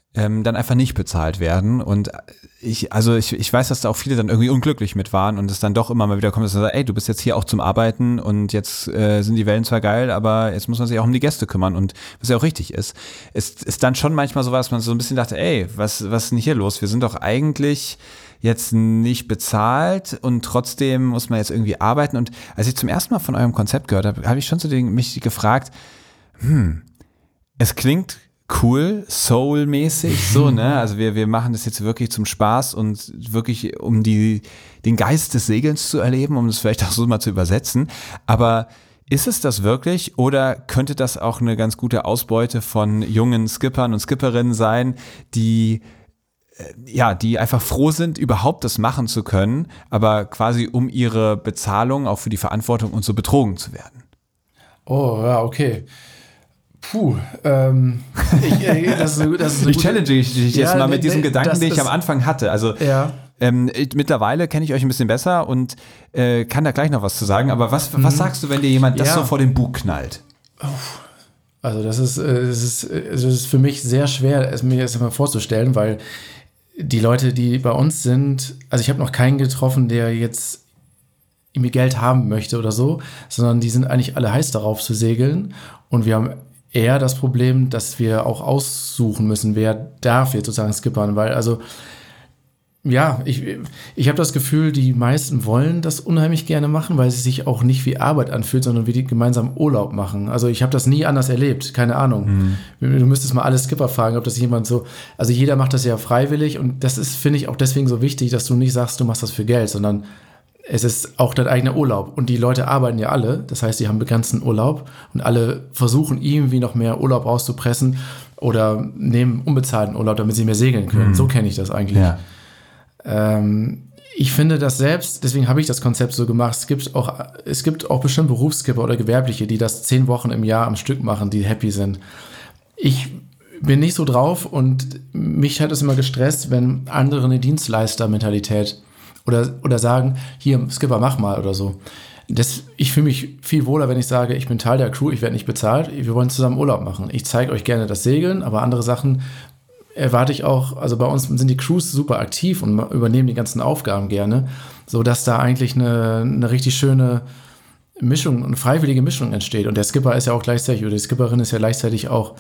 ähm, dann einfach nicht bezahlt werden. Und ich, also ich, ich weiß, dass da auch viele dann irgendwie unglücklich mit waren und es dann doch immer mal wieder kommt, dass man sagt, ey, du bist jetzt hier auch zum Arbeiten und jetzt äh, sind die Wellen zwar geil, aber jetzt muss man sich auch um die Gäste kümmern und was ja auch richtig ist. Es ist dann schon manchmal so was, dass man so ein bisschen dachte, ey, was, was ist denn hier los? Wir sind doch eigentlich jetzt nicht bezahlt und trotzdem muss man jetzt irgendwie arbeiten. Und als ich zum ersten Mal von eurem Konzept gehört habe, habe ich schon so den, mich gefragt, hm, es klingt cool, soul-mäßig, so, ne? Also wir, wir machen das jetzt wirklich zum Spaß und wirklich, um die, den Geist des Segelns zu erleben, um das vielleicht auch so mal zu übersetzen. Aber ist es das wirklich oder könnte das auch eine ganz gute Ausbeute von jungen Skippern und Skipperinnen sein, die ja, die einfach froh sind, überhaupt das machen zu können, aber quasi um ihre Bezahlung, auch für die Verantwortung und so betrogen zu werden? Oh, ja, okay. Puh, ähm, ich, äh, das ist, das ist ich challenge dich jetzt ja, mal mit diesem Gedanken, den ich am Anfang hatte. Also ja. ähm, ich, mittlerweile kenne ich euch ein bisschen besser und äh, kann da gleich noch was zu sagen. Aber was, mhm. was sagst du, wenn dir jemand das ja. so vor den Bug knallt? Also das ist, das ist, das ist für mich sehr schwer, es mir das mal vorzustellen, weil die Leute, die bei uns sind, also ich habe noch keinen getroffen, der jetzt irgendwie Geld haben möchte oder so, sondern die sind eigentlich alle heiß darauf zu segeln und wir haben eher das Problem, dass wir auch aussuchen müssen, wer darf jetzt sozusagen skippern, weil also ja, ich, ich habe das Gefühl, die meisten wollen das unheimlich gerne machen, weil es sich auch nicht wie Arbeit anfühlt, sondern wie die gemeinsam Urlaub machen. Also ich habe das nie anders erlebt, keine Ahnung. Mhm. Du müsstest mal alle Skipper fragen, ob das jemand so, also jeder macht das ja freiwillig und das ist, finde ich, auch deswegen so wichtig, dass du nicht sagst, du machst das für Geld, sondern es ist auch dein eigener Urlaub. Und die Leute arbeiten ja alle, das heißt, die haben begrenzten Urlaub und alle versuchen irgendwie noch mehr Urlaub rauszupressen oder nehmen unbezahlten Urlaub, damit sie mehr segeln können. Mhm. So kenne ich das eigentlich. Ja. Ähm, ich finde das selbst, deswegen habe ich das Konzept so gemacht, es gibt auch, es gibt auch bestimmt Berufsskipper oder Gewerbliche, die das zehn Wochen im Jahr am Stück machen, die happy sind. Ich bin nicht so drauf und mich hat es immer gestresst, wenn andere eine Dienstleister-Mentalität oder, oder sagen, hier, Skipper, mach mal oder so. Das, ich fühle mich viel wohler, wenn ich sage, ich bin Teil der Crew, ich werde nicht bezahlt, wir wollen zusammen Urlaub machen. Ich zeige euch gerne das Segeln, aber andere Sachen erwarte ich auch, also bei uns sind die Crews super aktiv und übernehmen die ganzen Aufgaben gerne, sodass da eigentlich eine, eine richtig schöne Mischung, eine freiwillige Mischung entsteht. Und der Skipper ist ja auch gleichzeitig, oder die Skipperin ist ja gleichzeitig auch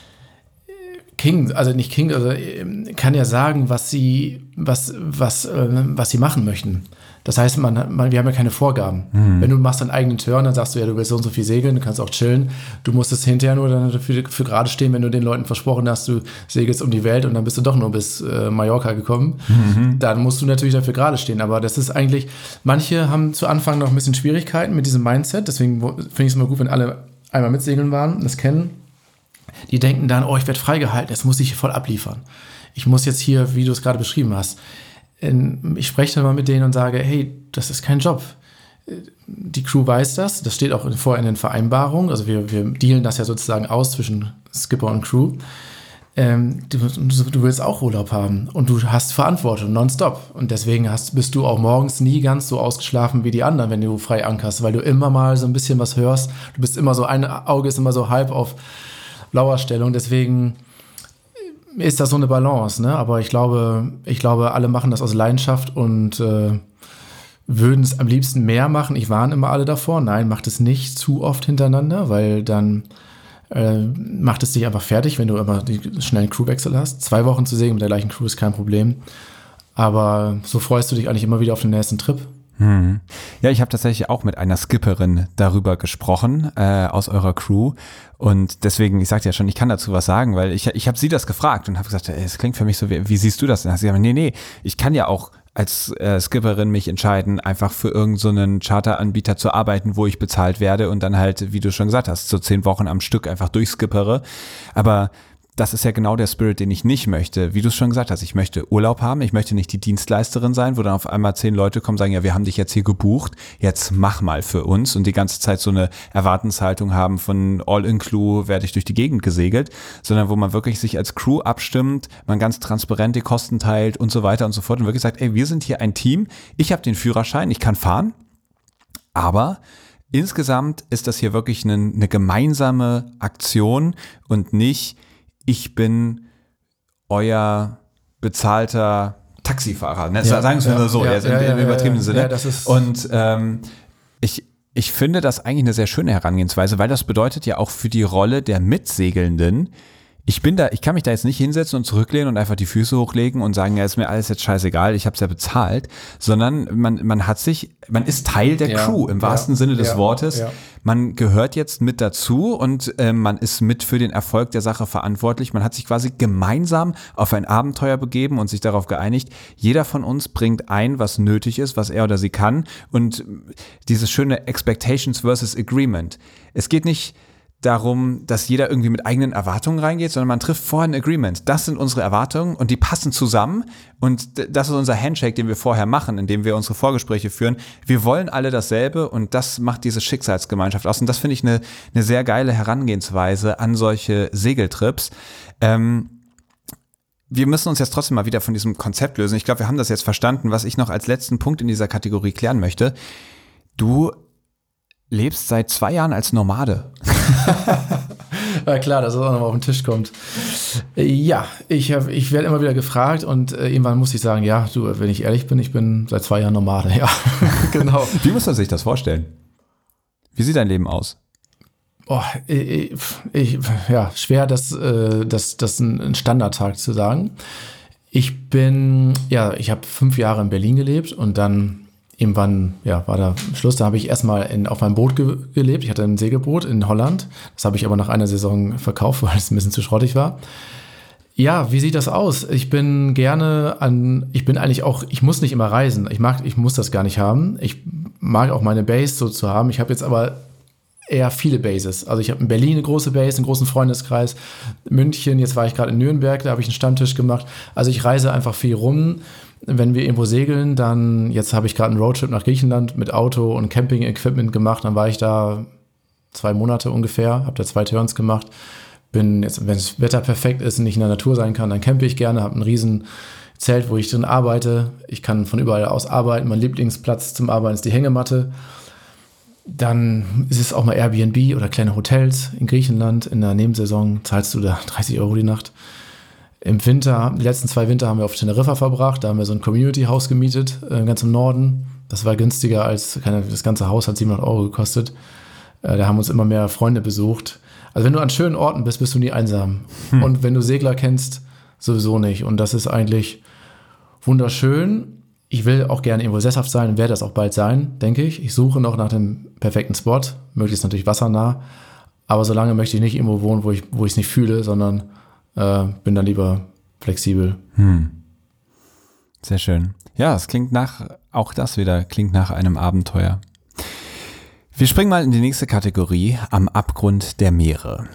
King, also nicht King, also kann ja sagen, was sie, was, was, äh, was sie machen möchten. Das heißt, man, man, wir haben ja keine Vorgaben. Mhm. Wenn du machst deinen eigenen Turn, dann sagst du ja, du willst so und so viel segeln, du kannst auch chillen. Du musst es hinterher nur dann dafür, für gerade stehen, wenn du den Leuten versprochen hast, du segelst um die Welt und dann bist du doch nur bis äh, Mallorca gekommen. Mhm. Dann musst du natürlich dafür gerade stehen. Aber das ist eigentlich, manche haben zu Anfang noch ein bisschen Schwierigkeiten mit diesem Mindset. Deswegen finde ich es immer gut, wenn alle einmal mitsegeln waren und das kennen. Die denken dann, oh, ich werde freigehalten, jetzt muss ich voll abliefern. Ich muss jetzt hier, wie du es gerade beschrieben hast, ich spreche dann mal mit denen und sage, hey, das ist kein Job. Die Crew weiß das, das steht auch vorher in den Vereinbarungen, also wir, wir dealen das ja sozusagen aus zwischen Skipper und Crew. Ähm, du, du willst auch Urlaub haben und du hast Verantwortung nonstop und deswegen hast, bist du auch morgens nie ganz so ausgeschlafen wie die anderen, wenn du frei ankerst, weil du immer mal so ein bisschen was hörst. Du bist immer so, ein Auge ist immer so halb auf Lauerstellung, deswegen ist das so eine Balance, ne? Aber ich glaube, ich glaube, alle machen das aus Leidenschaft und äh, würden es am liebsten mehr machen. Ich warne immer alle davor, nein, macht es nicht zu oft hintereinander, weil dann äh, macht es dich einfach fertig, wenn du immer die schnellen Crewwechsel hast. Zwei Wochen zu segeln mit der gleichen Crew ist kein Problem, aber so freust du dich eigentlich immer wieder auf den nächsten Trip. Hm. Ja, ich habe tatsächlich auch mit einer Skipperin darüber gesprochen, äh, aus eurer Crew und deswegen, ich sagte ja schon, ich kann dazu was sagen, weil ich, ich habe sie das gefragt und habe gesagt, es klingt für mich so, wie, wie siehst du das? Und dann hat sie gesagt, nee, nee, ich kann ja auch als äh, Skipperin mich entscheiden, einfach für irgendeinen so Charteranbieter zu arbeiten, wo ich bezahlt werde und dann halt, wie du schon gesagt hast, so zehn Wochen am Stück einfach durchskippere, aber das ist ja genau der Spirit, den ich nicht möchte. Wie du es schon gesagt hast, ich möchte Urlaub haben, ich möchte nicht die Dienstleisterin sein, wo dann auf einmal zehn Leute kommen und sagen, ja, wir haben dich jetzt hier gebucht, jetzt mach mal für uns und die ganze Zeit so eine Erwartenshaltung haben von All-in-Clue, werde ich durch die Gegend gesegelt, sondern wo man wirklich sich als Crew abstimmt, man ganz transparent die Kosten teilt und so weiter und so fort und wirklich sagt, ey, wir sind hier ein Team, ich habe den Führerschein, ich kann fahren, aber insgesamt ist das hier wirklich eine, eine gemeinsame Aktion und nicht ich bin euer bezahlter Taxifahrer, ne? Ja, sagen wir ja, so, ja, also ja, im, im ja, übertriebenen ja, Sinne. ja, das ist und ähm, ich, ich finde das eigentlich eine sehr schöne Herangehensweise, weil das bedeutet ja auch für die Rolle der Mitsegelnden, ich bin da, ich kann mich da jetzt nicht hinsetzen und zurücklehnen und einfach die Füße hochlegen und sagen, ja, ist mir alles jetzt scheißegal, ich habe es ja bezahlt, sondern man, man hat sich, man ist Teil der Ja, Crew im wahrsten ja, Sinne des ja, Wortes. ja. Man gehört jetzt mit dazu und äh, man ist mit für den Erfolg der Sache verantwortlich. Man hat sich quasi gemeinsam auf ein Abenteuer begeben und sich darauf geeinigt, jeder von uns bringt ein, was nötig ist, was er oder sie kann, und dieses schöne Expectations versus Agreement. Es geht nicht darum, dass jeder irgendwie mit eigenen Erwartungen reingeht, sondern man trifft vorher ein Agreement. Das sind unsere Erwartungen und die passen zusammen und das ist unser Handshake, den wir vorher machen, indem wir unsere Vorgespräche führen. Wir wollen alle dasselbe und das macht diese Schicksalsgemeinschaft aus und das finde ich eine, eine sehr geile Herangehensweise an solche Segeltrips. Ähm, wir müssen uns jetzt trotzdem mal wieder von diesem Konzept lösen. Ich glaube, wir haben das jetzt verstanden. Was ich noch als letzten Punkt in dieser Kategorie klären möchte: Du lebst seit zwei Jahren als Nomade. Ja klar, dass es auch nochmal auf den Tisch kommt. Ja, ich, hab, ich werde immer wieder gefragt und äh, irgendwann muss ich sagen, ja, du, wenn ich ehrlich bin, ich bin seit zwei Jahren Nomade, ja, genau. Wie muss man sich das vorstellen? Wie sieht dein Leben aus? Oh, ich, ich, ja, schwer, das, äh, das, das ein Standardtag zu sagen. Ich bin, ja, ich habe fünf Jahre in Berlin gelebt und dann irgendwann, ja, war da Schluss. Da habe ich erstmal in, auf meinem Boot ge- gelebt. Ich hatte ein Segelboot in Holland. Das habe ich aber nach einer Saison verkauft, weil es ein bisschen zu schrottig war. Ja, wie sieht das aus? Ich bin gerne an, ich bin eigentlich auch, ich muss nicht immer reisen. Ich mag, ich muss das gar nicht haben. Ich mag auch meine Base so zu haben. Ich habe jetzt aber eher viele Bases. Also ich habe in Berlin eine große Base, einen großen Freundeskreis. München, jetzt war ich gerade in Nürnberg, da habe ich einen Stammtisch gemacht. Also ich reise einfach viel rum. Wenn wir irgendwo segeln, dann, jetzt habe ich gerade einen Roadtrip nach Griechenland mit Auto und Camping-Equipment gemacht. Dann war ich da zwei Monate ungefähr, habe da zwei Turns gemacht. Bin jetzt, wenn das Wetter perfekt ist und ich in der Natur sein kann, dann campe ich gerne, habe ein riesen Zelt, wo ich drin arbeite. Ich kann von überall aus arbeiten. Mein Lieblingsplatz zum Arbeiten ist die Hängematte. Dann ist es auch mal Airbnb oder kleine Hotels in Griechenland. In der Nebensaison zahlst du da dreißig Euro die Nacht. Im Winter, die letzten zwei Winter haben wir auf Teneriffa verbracht. Da haben wir so ein Community-Haus gemietet, äh, ganz im Norden. Das war günstiger als, keine, das ganze Haus hat siebenhundert Euro gekostet. Äh, da haben uns immer mehr Freunde besucht. Also wenn du an schönen Orten bist, bist du nie einsam. Hm. Und wenn du Segler kennst, sowieso nicht. Und das ist eigentlich wunderschön. Ich will auch gerne irgendwo sesshaft sein und werde das auch bald sein, denke ich. Ich suche noch nach dem perfekten Spot, möglichst natürlich wassernah. Aber solange möchte ich nicht irgendwo wohnen, wo ich wo ich es nicht fühle, sondern äh, bin dann lieber flexibel. Hm. Sehr schön. Ja, es klingt nach, auch das wieder, klingt nach einem Abenteuer. Wir springen mal in die nächste Kategorie, am Abgrund der Meere.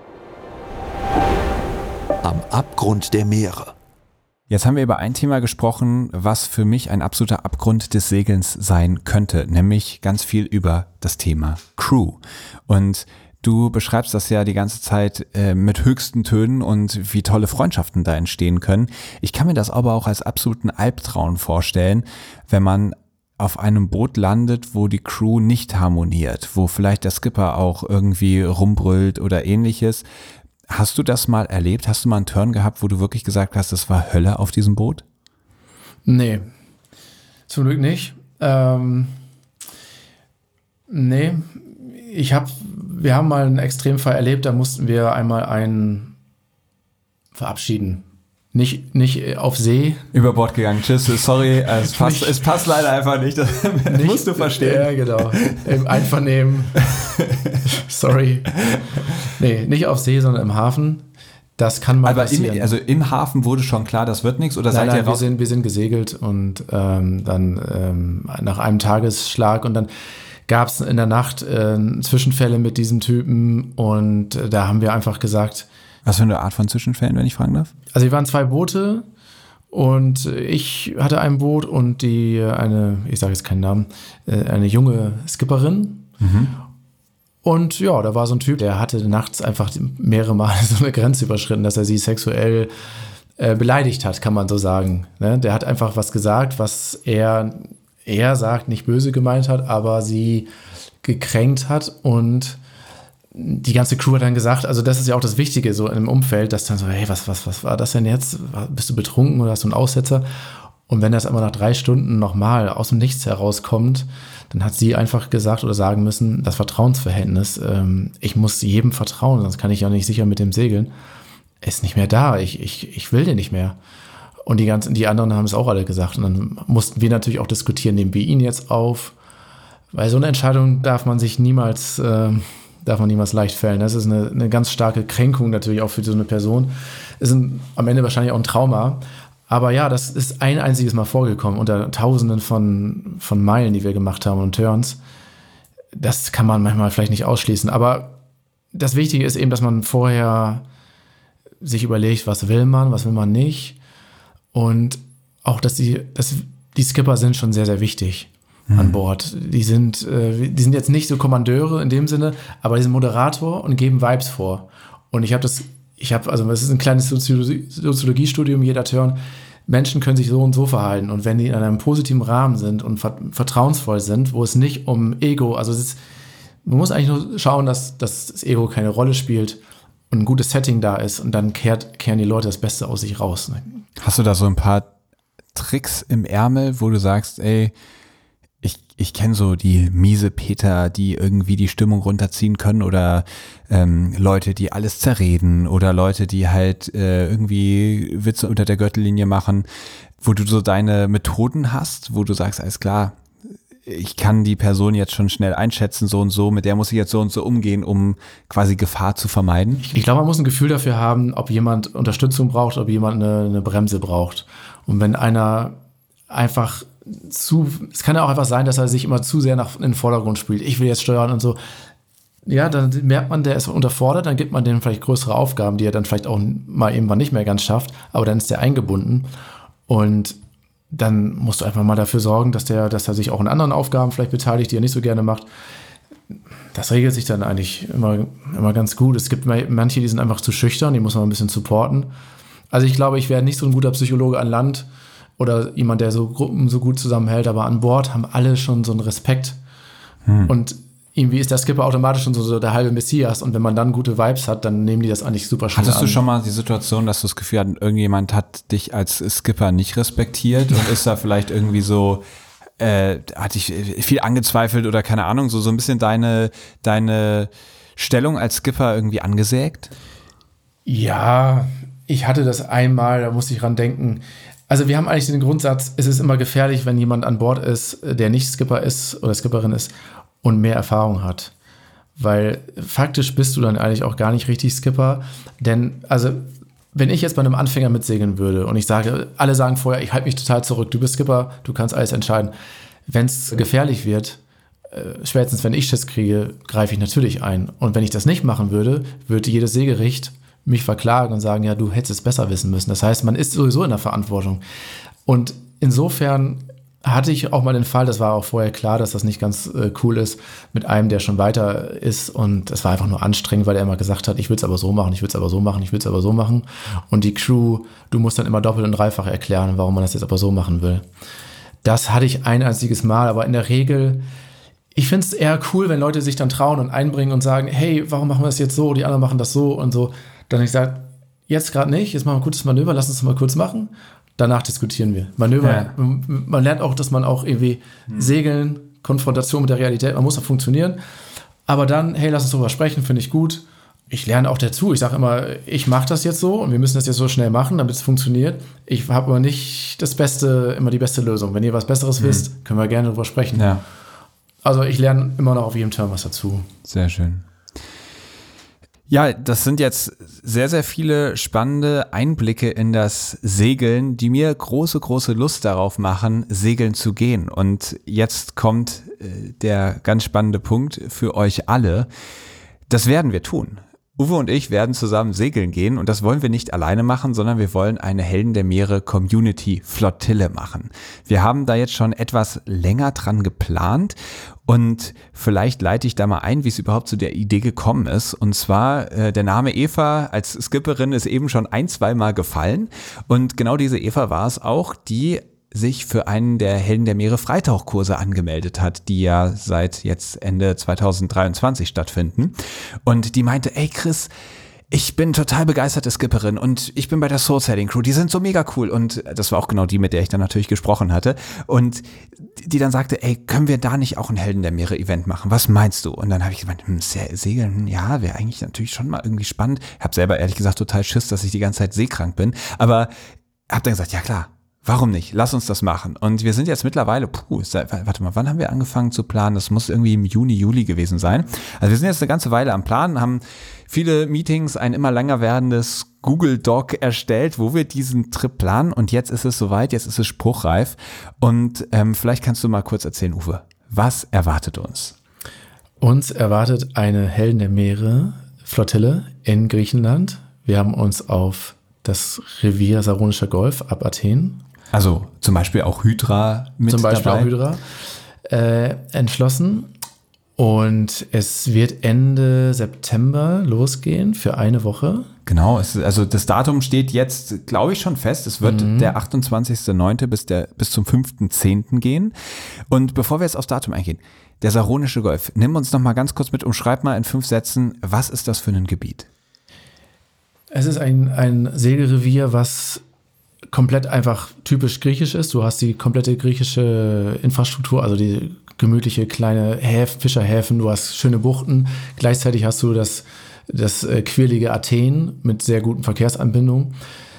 Am Abgrund der Meere. Jetzt haben wir über ein Thema gesprochen, was für mich ein absoluter Abgrund des Segelns sein könnte, nämlich ganz viel über das Thema Crew. Und du beschreibst das ja die ganze Zeit äh, mit höchsten Tönen und wie tolle Freundschaften da entstehen können. Ich kann mir das aber auch als absoluten Albtraum vorstellen, wenn man auf einem Boot landet, wo die Crew nicht harmoniert, wo vielleicht der Skipper auch irgendwie rumbrüllt oder ähnliches. Hast du das mal erlebt? Hast du mal einen Turn gehabt, wo du wirklich gesagt hast, das war Hölle auf diesem Boot? Nee, zum Glück nicht. Ähm, nee, ich habe, wir haben mal einen Extremfall erlebt, da mussten wir einmal einen verabschieden. Nicht, nicht auf See. Über Bord gegangen, tschüss, sorry, es passt, nicht, es passt leider einfach nicht, das nicht, musst du verstehen. Ja, genau, im Einvernehmen, sorry. Nee, nicht auf See, sondern im Hafen. Das kann mal Aber passieren. Im, also im Hafen wurde schon klar, das wird nichts? Oder nein, seid nein, ihr raus? Wir sind, wir sind gesegelt und ähm, dann ähm, nach einem Tagesschlag und dann gab es in der Nacht äh, Zwischenfälle mit diesem Typen und äh, da haben wir einfach gesagt. Was für eine Art von Zwischenfällen, wenn ich fragen darf? Also wir waren zwei Boote und ich hatte ein Boot und die eine, ich sage jetzt keinen Namen, eine junge Skipperin. Mhm. Und ja, da war so ein Typ, der hatte nachts einfach mehrere Mal so eine Grenze überschritten, dass er sie sexuell äh, beleidigt hat, kann man so sagen. Ne? Der hat einfach was gesagt, was er, er sagt, nicht böse gemeint hat, aber sie gekränkt hat und die ganze Crew hat dann gesagt, also das ist ja auch das Wichtige so im Umfeld, dass dann so, hey, was, was, was war das denn jetzt? Bist du betrunken oder hast du einen Aussetzer? Und wenn das aber nach drei Stunden nochmal aus dem Nichts herauskommt, dann hat sie einfach gesagt oder sagen müssen, das Vertrauensverhältnis, ähm, ich muss jedem vertrauen, sonst kann ich ja nicht sicher mit dem segeln, ist nicht mehr da. Ich, ich, ich will den nicht mehr. Und die ganzen, die anderen haben es auch alle gesagt. Und dann mussten wir natürlich auch diskutieren, nehmen wir ihn jetzt auf? Weil so eine Entscheidung darf man sich niemals, äh, darf man niemals leicht fällen. Das ist eine, eine ganz starke Kränkung natürlich auch für so eine Person. Ist ein, am Ende wahrscheinlich auch ein Trauma. Aber ja, das ist ein einziges Mal vorgekommen unter Tausenden von, von Meilen, die wir gemacht haben und Turns. Das kann man manchmal vielleicht nicht ausschließen. Aber das Wichtige ist eben, dass man vorher sich überlegt, was will man, was will man nicht. Und auch, dass die, dass die Skipper sind schon sehr, sehr wichtig mhm. an Bord. Die sind, äh, die sind jetzt nicht so Kommandeure in dem Sinne, aber die sind Moderator und geben Vibes vor. Und ich habe das, ich habe, also es ist ein kleines Soziologie, Soziologiestudium, jeder Turn. Menschen können sich so und so verhalten. Und wenn die in einem positiven Rahmen sind und vertrauensvoll sind, wo es nicht um Ego, also es ist, man muss eigentlich nur schauen, dass, dass das Ego keine Rolle spielt und ein gutes Setting da ist und dann kehrt, kehren die Leute das Beste aus sich raus. Hast du da so ein paar Tricks im Ärmel, wo du sagst, ey, ich, ich kenne so die miese Peter, die irgendwie die Stimmung runterziehen können oder ähm, Leute, die alles zerreden oder Leute, die halt äh, irgendwie Witze unter der Gürtellinie machen, wo du so deine Methoden hast, wo du sagst, alles klar, ich kann die Person jetzt schon schnell einschätzen, so und so, mit der muss ich jetzt so und so umgehen, um quasi Gefahr zu vermeiden? Ich, ich glaube, man muss ein Gefühl dafür haben, ob jemand Unterstützung braucht, ob jemand eine, eine Bremse braucht. Und wenn einer einfach zu, es kann ja auch einfach sein, dass er sich immer zu sehr nach in den Vordergrund spielt. Ich will jetzt steuern und so. Ja, dann merkt man, der ist unterfordert, dann gibt man dem vielleicht größere Aufgaben, die er dann vielleicht auch mal irgendwann nicht mehr ganz schafft, aber dann ist der eingebunden. Und dann musst du einfach mal dafür sorgen, dass der, dass er sich auch in anderen Aufgaben vielleicht beteiligt, die er nicht so gerne macht. Das regelt sich dann eigentlich immer, immer ganz gut. Es gibt manche, die sind einfach zu schüchtern, die muss man ein bisschen supporten. Also ich glaube, ich wäre nicht so ein guter Psychologe an Land oder jemand, der so Gruppen so gut zusammenhält, aber an Bord haben alle schon so einen Respekt. Hm. Und irgendwie ist der Skipper automatisch schon so, so der halbe Messias und wenn man dann gute Vibes hat, dann nehmen die das eigentlich super schnell an. Hattest du schon mal die Situation, dass du das Gefühl hattest, irgendjemand hat dich als Skipper nicht respektiert und ist da vielleicht irgendwie so, äh, hat dich viel angezweifelt oder keine Ahnung, so, so ein bisschen deine, deine Stellung als Skipper irgendwie angesägt? Ja, ich hatte das einmal, da musste ich dran denken. Also wir haben eigentlich den Grundsatz, es ist immer gefährlich, wenn jemand an Bord ist, der nicht Skipper ist oder Skipperin ist und mehr Erfahrung hat. Weil faktisch bist du dann eigentlich auch gar nicht richtig Skipper. Denn, also, wenn ich jetzt bei einem Anfänger mitsegeln würde und ich sage, alle sagen vorher, ich halte mich total zurück, du bist Skipper, du kannst alles entscheiden. Wenn es gefährlich wird, äh, spätestens wenn ich Schiss kriege, greife ich natürlich ein. Und wenn ich das nicht machen würde, würde jedes Seegericht mich verklagen und sagen, ja, du hättest es besser wissen müssen. Das heißt, man ist sowieso in der Verantwortung. Und insofern hatte ich auch mal den Fall, das war auch vorher klar, dass das nicht ganz äh, cool ist, mit einem, der schon weiter ist und es war einfach nur anstrengend, weil er immer gesagt hat, ich will es aber so machen, ich will es aber so machen, ich will es aber so machen und die Crew, du musst dann immer doppelt und dreifach erklären, warum man das jetzt aber so machen will. Das hatte ich ein einziges Mal, aber in der Regel, ich finde es eher cool, wenn Leute sich dann trauen und einbringen und sagen, hey, warum machen wir das jetzt so, die anderen machen das so und so, dann ich sage, jetzt gerade nicht, jetzt machen wir ein gutes Manöver, lass uns das mal kurz machen. Danach diskutieren wir. Manöver, ja. Man lernt auch, dass man auch irgendwie hm. segeln, Konfrontation mit der Realität, man muss auch funktionieren. Aber dann, hey, lass uns darüber sprechen, finde ich gut. Ich lerne auch dazu. Ich sage immer, ich mache das jetzt so und wir müssen das jetzt so schnell machen, damit es funktioniert. Ich habe aber nicht das Beste, immer die beste Lösung. Wenn ihr was Besseres hm. wisst, können wir gerne darüber sprechen. Ja. Also ich lerne immer noch auf jedem Turn was dazu. Sehr schön. Ja, das sind jetzt sehr, sehr viele spannende Einblicke in das Segeln, die mir große, große Lust darauf machen, segeln zu gehen. Und jetzt kommt äh, der ganz spannende Punkt für euch alle. Das werden wir tun. Uwe und ich werden zusammen segeln gehen und das wollen wir nicht alleine machen, sondern wir wollen eine Helden der Meere Community Flottille machen. Wir haben da jetzt schon etwas länger dran geplant und vielleicht leite ich da mal ein, wie es überhaupt zu der Idee gekommen ist. Und zwar, äh, der Name Eva als Skipperin ist eben schon ein, zwei Mal gefallen und genau diese Eva war es auch, die sich für einen der Helden der Meere Freitauchkurse angemeldet hat, die ja seit jetzt Ende zwanzig dreiundzwanzig stattfinden. Und die meinte, ey Chris, ich bin total begeisterte Skipperin und ich bin bei der Soul Sailing Crew, die sind so mega cool. Und das war auch genau die, mit der ich dann natürlich gesprochen hatte. Und die dann sagte, ey, können wir da nicht auch ein Helden der Meere Event machen? Was meinst du? Und dann habe ich gemeint, hm, Segeln, ja, wäre eigentlich natürlich schon mal irgendwie spannend. Ich habe selber ehrlich gesagt total Schiss, dass ich die ganze Zeit seekrank bin. Aber habe dann gesagt, ja klar. Warum nicht? Lass uns das machen. Und wir sind jetzt mittlerweile, puh, warte mal, wann haben wir angefangen zu planen? Das muss irgendwie im Juni, Juli gewesen sein. Also wir sind jetzt eine ganze Weile am Planen, haben viele Meetings, ein immer länger werdendes Google Doc erstellt, wo wir diesen Trip planen. Und jetzt ist es soweit, jetzt ist es spruchreif. Und ähm, vielleicht kannst du mal kurz erzählen, Uwe, was erwartet uns? Uns erwartet eine Helden der Meere Flottille in Griechenland. Wir haben uns auf das Revier Saronischer Golf ab Athen, also zum Beispiel auch Hydra mit Zum Beispiel dabei. auch Hydra äh, entschlossen. Und es wird Ende September losgehen für eine Woche. Genau, es, also das Datum steht jetzt, glaube ich, schon fest. Es wird mhm. der achtundzwanzigster neunte bis, der, bis zum fünften zehnten gehen. Und bevor wir jetzt aufs Datum eingehen, der Saronische Golf, nimm uns noch mal ganz kurz mit, umschreib mal in fünf Sätzen, was ist das für ein Gebiet? Es ist ein, ein Segelrevier, was komplett einfach typisch griechisch ist. Du hast die komplette griechische Infrastruktur, also die gemütliche kleine Häfen, Fischerhäfen, du hast schöne Buchten. Gleichzeitig hast du das, das äh, quirlige Athen mit sehr guten Verkehrsanbindungen.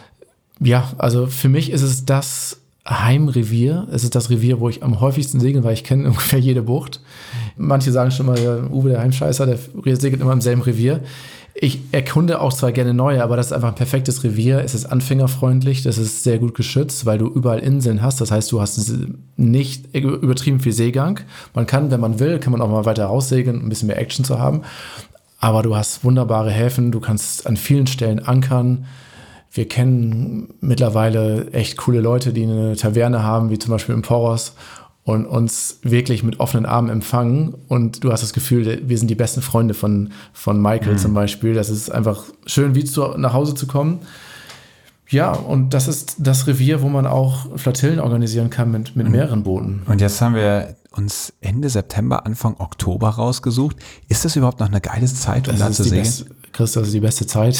Ja, also für mich ist es das Heimrevier. Es ist das Revier, wo ich am häufigsten segle, weil ich kenne ungefähr jede Bucht. Manche sagen schon mal, ja, Uwe, der Heimscheißer, der segelt immer im selben Revier. Ich erkunde auch zwar gerne neue, aber das ist einfach ein perfektes Revier. Es ist anfängerfreundlich, das ist sehr gut geschützt, weil du überall Inseln hast. Das heißt, du hast nicht übertrieben viel Seegang. Man kann, wenn man will, kann man auch mal weiter raussegeln, um ein bisschen mehr Action zu haben. Aber du hast wunderbare Häfen, du kannst an vielen Stellen ankern. Wir kennen mittlerweile echt coole Leute, die eine Taverne haben, wie zum Beispiel im Poros, und uns wirklich mit offenen Armen empfangen. Und du hast das Gefühl, wir sind die besten Freunde von, von Michael mhm. zum Beispiel. Das ist einfach schön, wie zu, nach Hause zu kommen. Ja, und das ist das Revier, wo man auch Flottillen organisieren kann mit, mit mehreren Booten. Und jetzt haben wir uns Ende September, Anfang Oktober rausgesucht. Ist das überhaupt noch eine geile Zeit, um das da zu segeln? Chris, das ist die beste Zeit.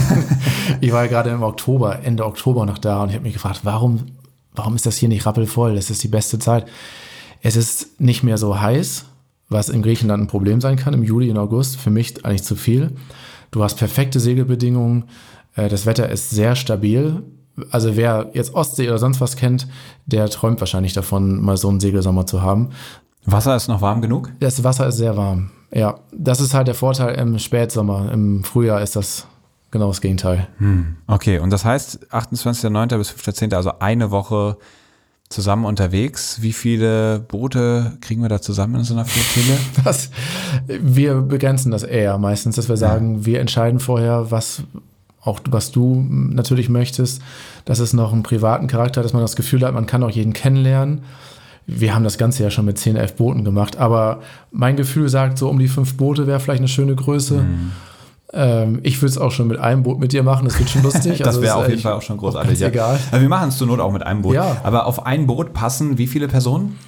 Ich war ja gerade im Oktober, Ende Oktober noch da und ich habe mich gefragt, warum... Warum ist das hier nicht rappelvoll? Das ist die beste Zeit. Es ist nicht mehr so heiß, was in Griechenland ein Problem sein kann, im Juli und August. Für mich eigentlich zu viel. Du hast perfekte Segelbedingungen. Das Wetter ist sehr stabil. Also wer jetzt Ostsee oder sonst was kennt, der träumt wahrscheinlich davon, mal so einen Segelsommer zu haben. Wasser ist noch warm genug? Das Wasser ist sehr warm, ja. Das ist halt der Vorteil im Spätsommer. Im Frühjahr ist das genau das Gegenteil. Hm. Okay, und das heißt achtundzwanzigster neunter bis fünfter zehnter, also eine Woche zusammen unterwegs. Wie viele Boote kriegen wir da zusammen in so einer Flottille? Das, wir begrenzen das eher meistens, dass wir sagen, ja. wir entscheiden vorher, was auch was du natürlich möchtest, dass es noch einen privaten Charakter hat, dass man das Gefühl hat, man kann auch jeden kennenlernen. Wir haben das Ganze ja schon mit zehn, elf Booten gemacht, aber mein Gefühl sagt, so um die fünf Boote wäre vielleicht eine schöne Größe. Hm. Ähm, ich würde es auch schon mit einem Boot mit dir machen, das wird schon lustig. Das wäre also auf jeden Fall auch schon großartig. Ja. Egal. Aber wir machen es zur Not auch mit einem Boot. Ja. Aber auf ein Boot passen wie viele Personen?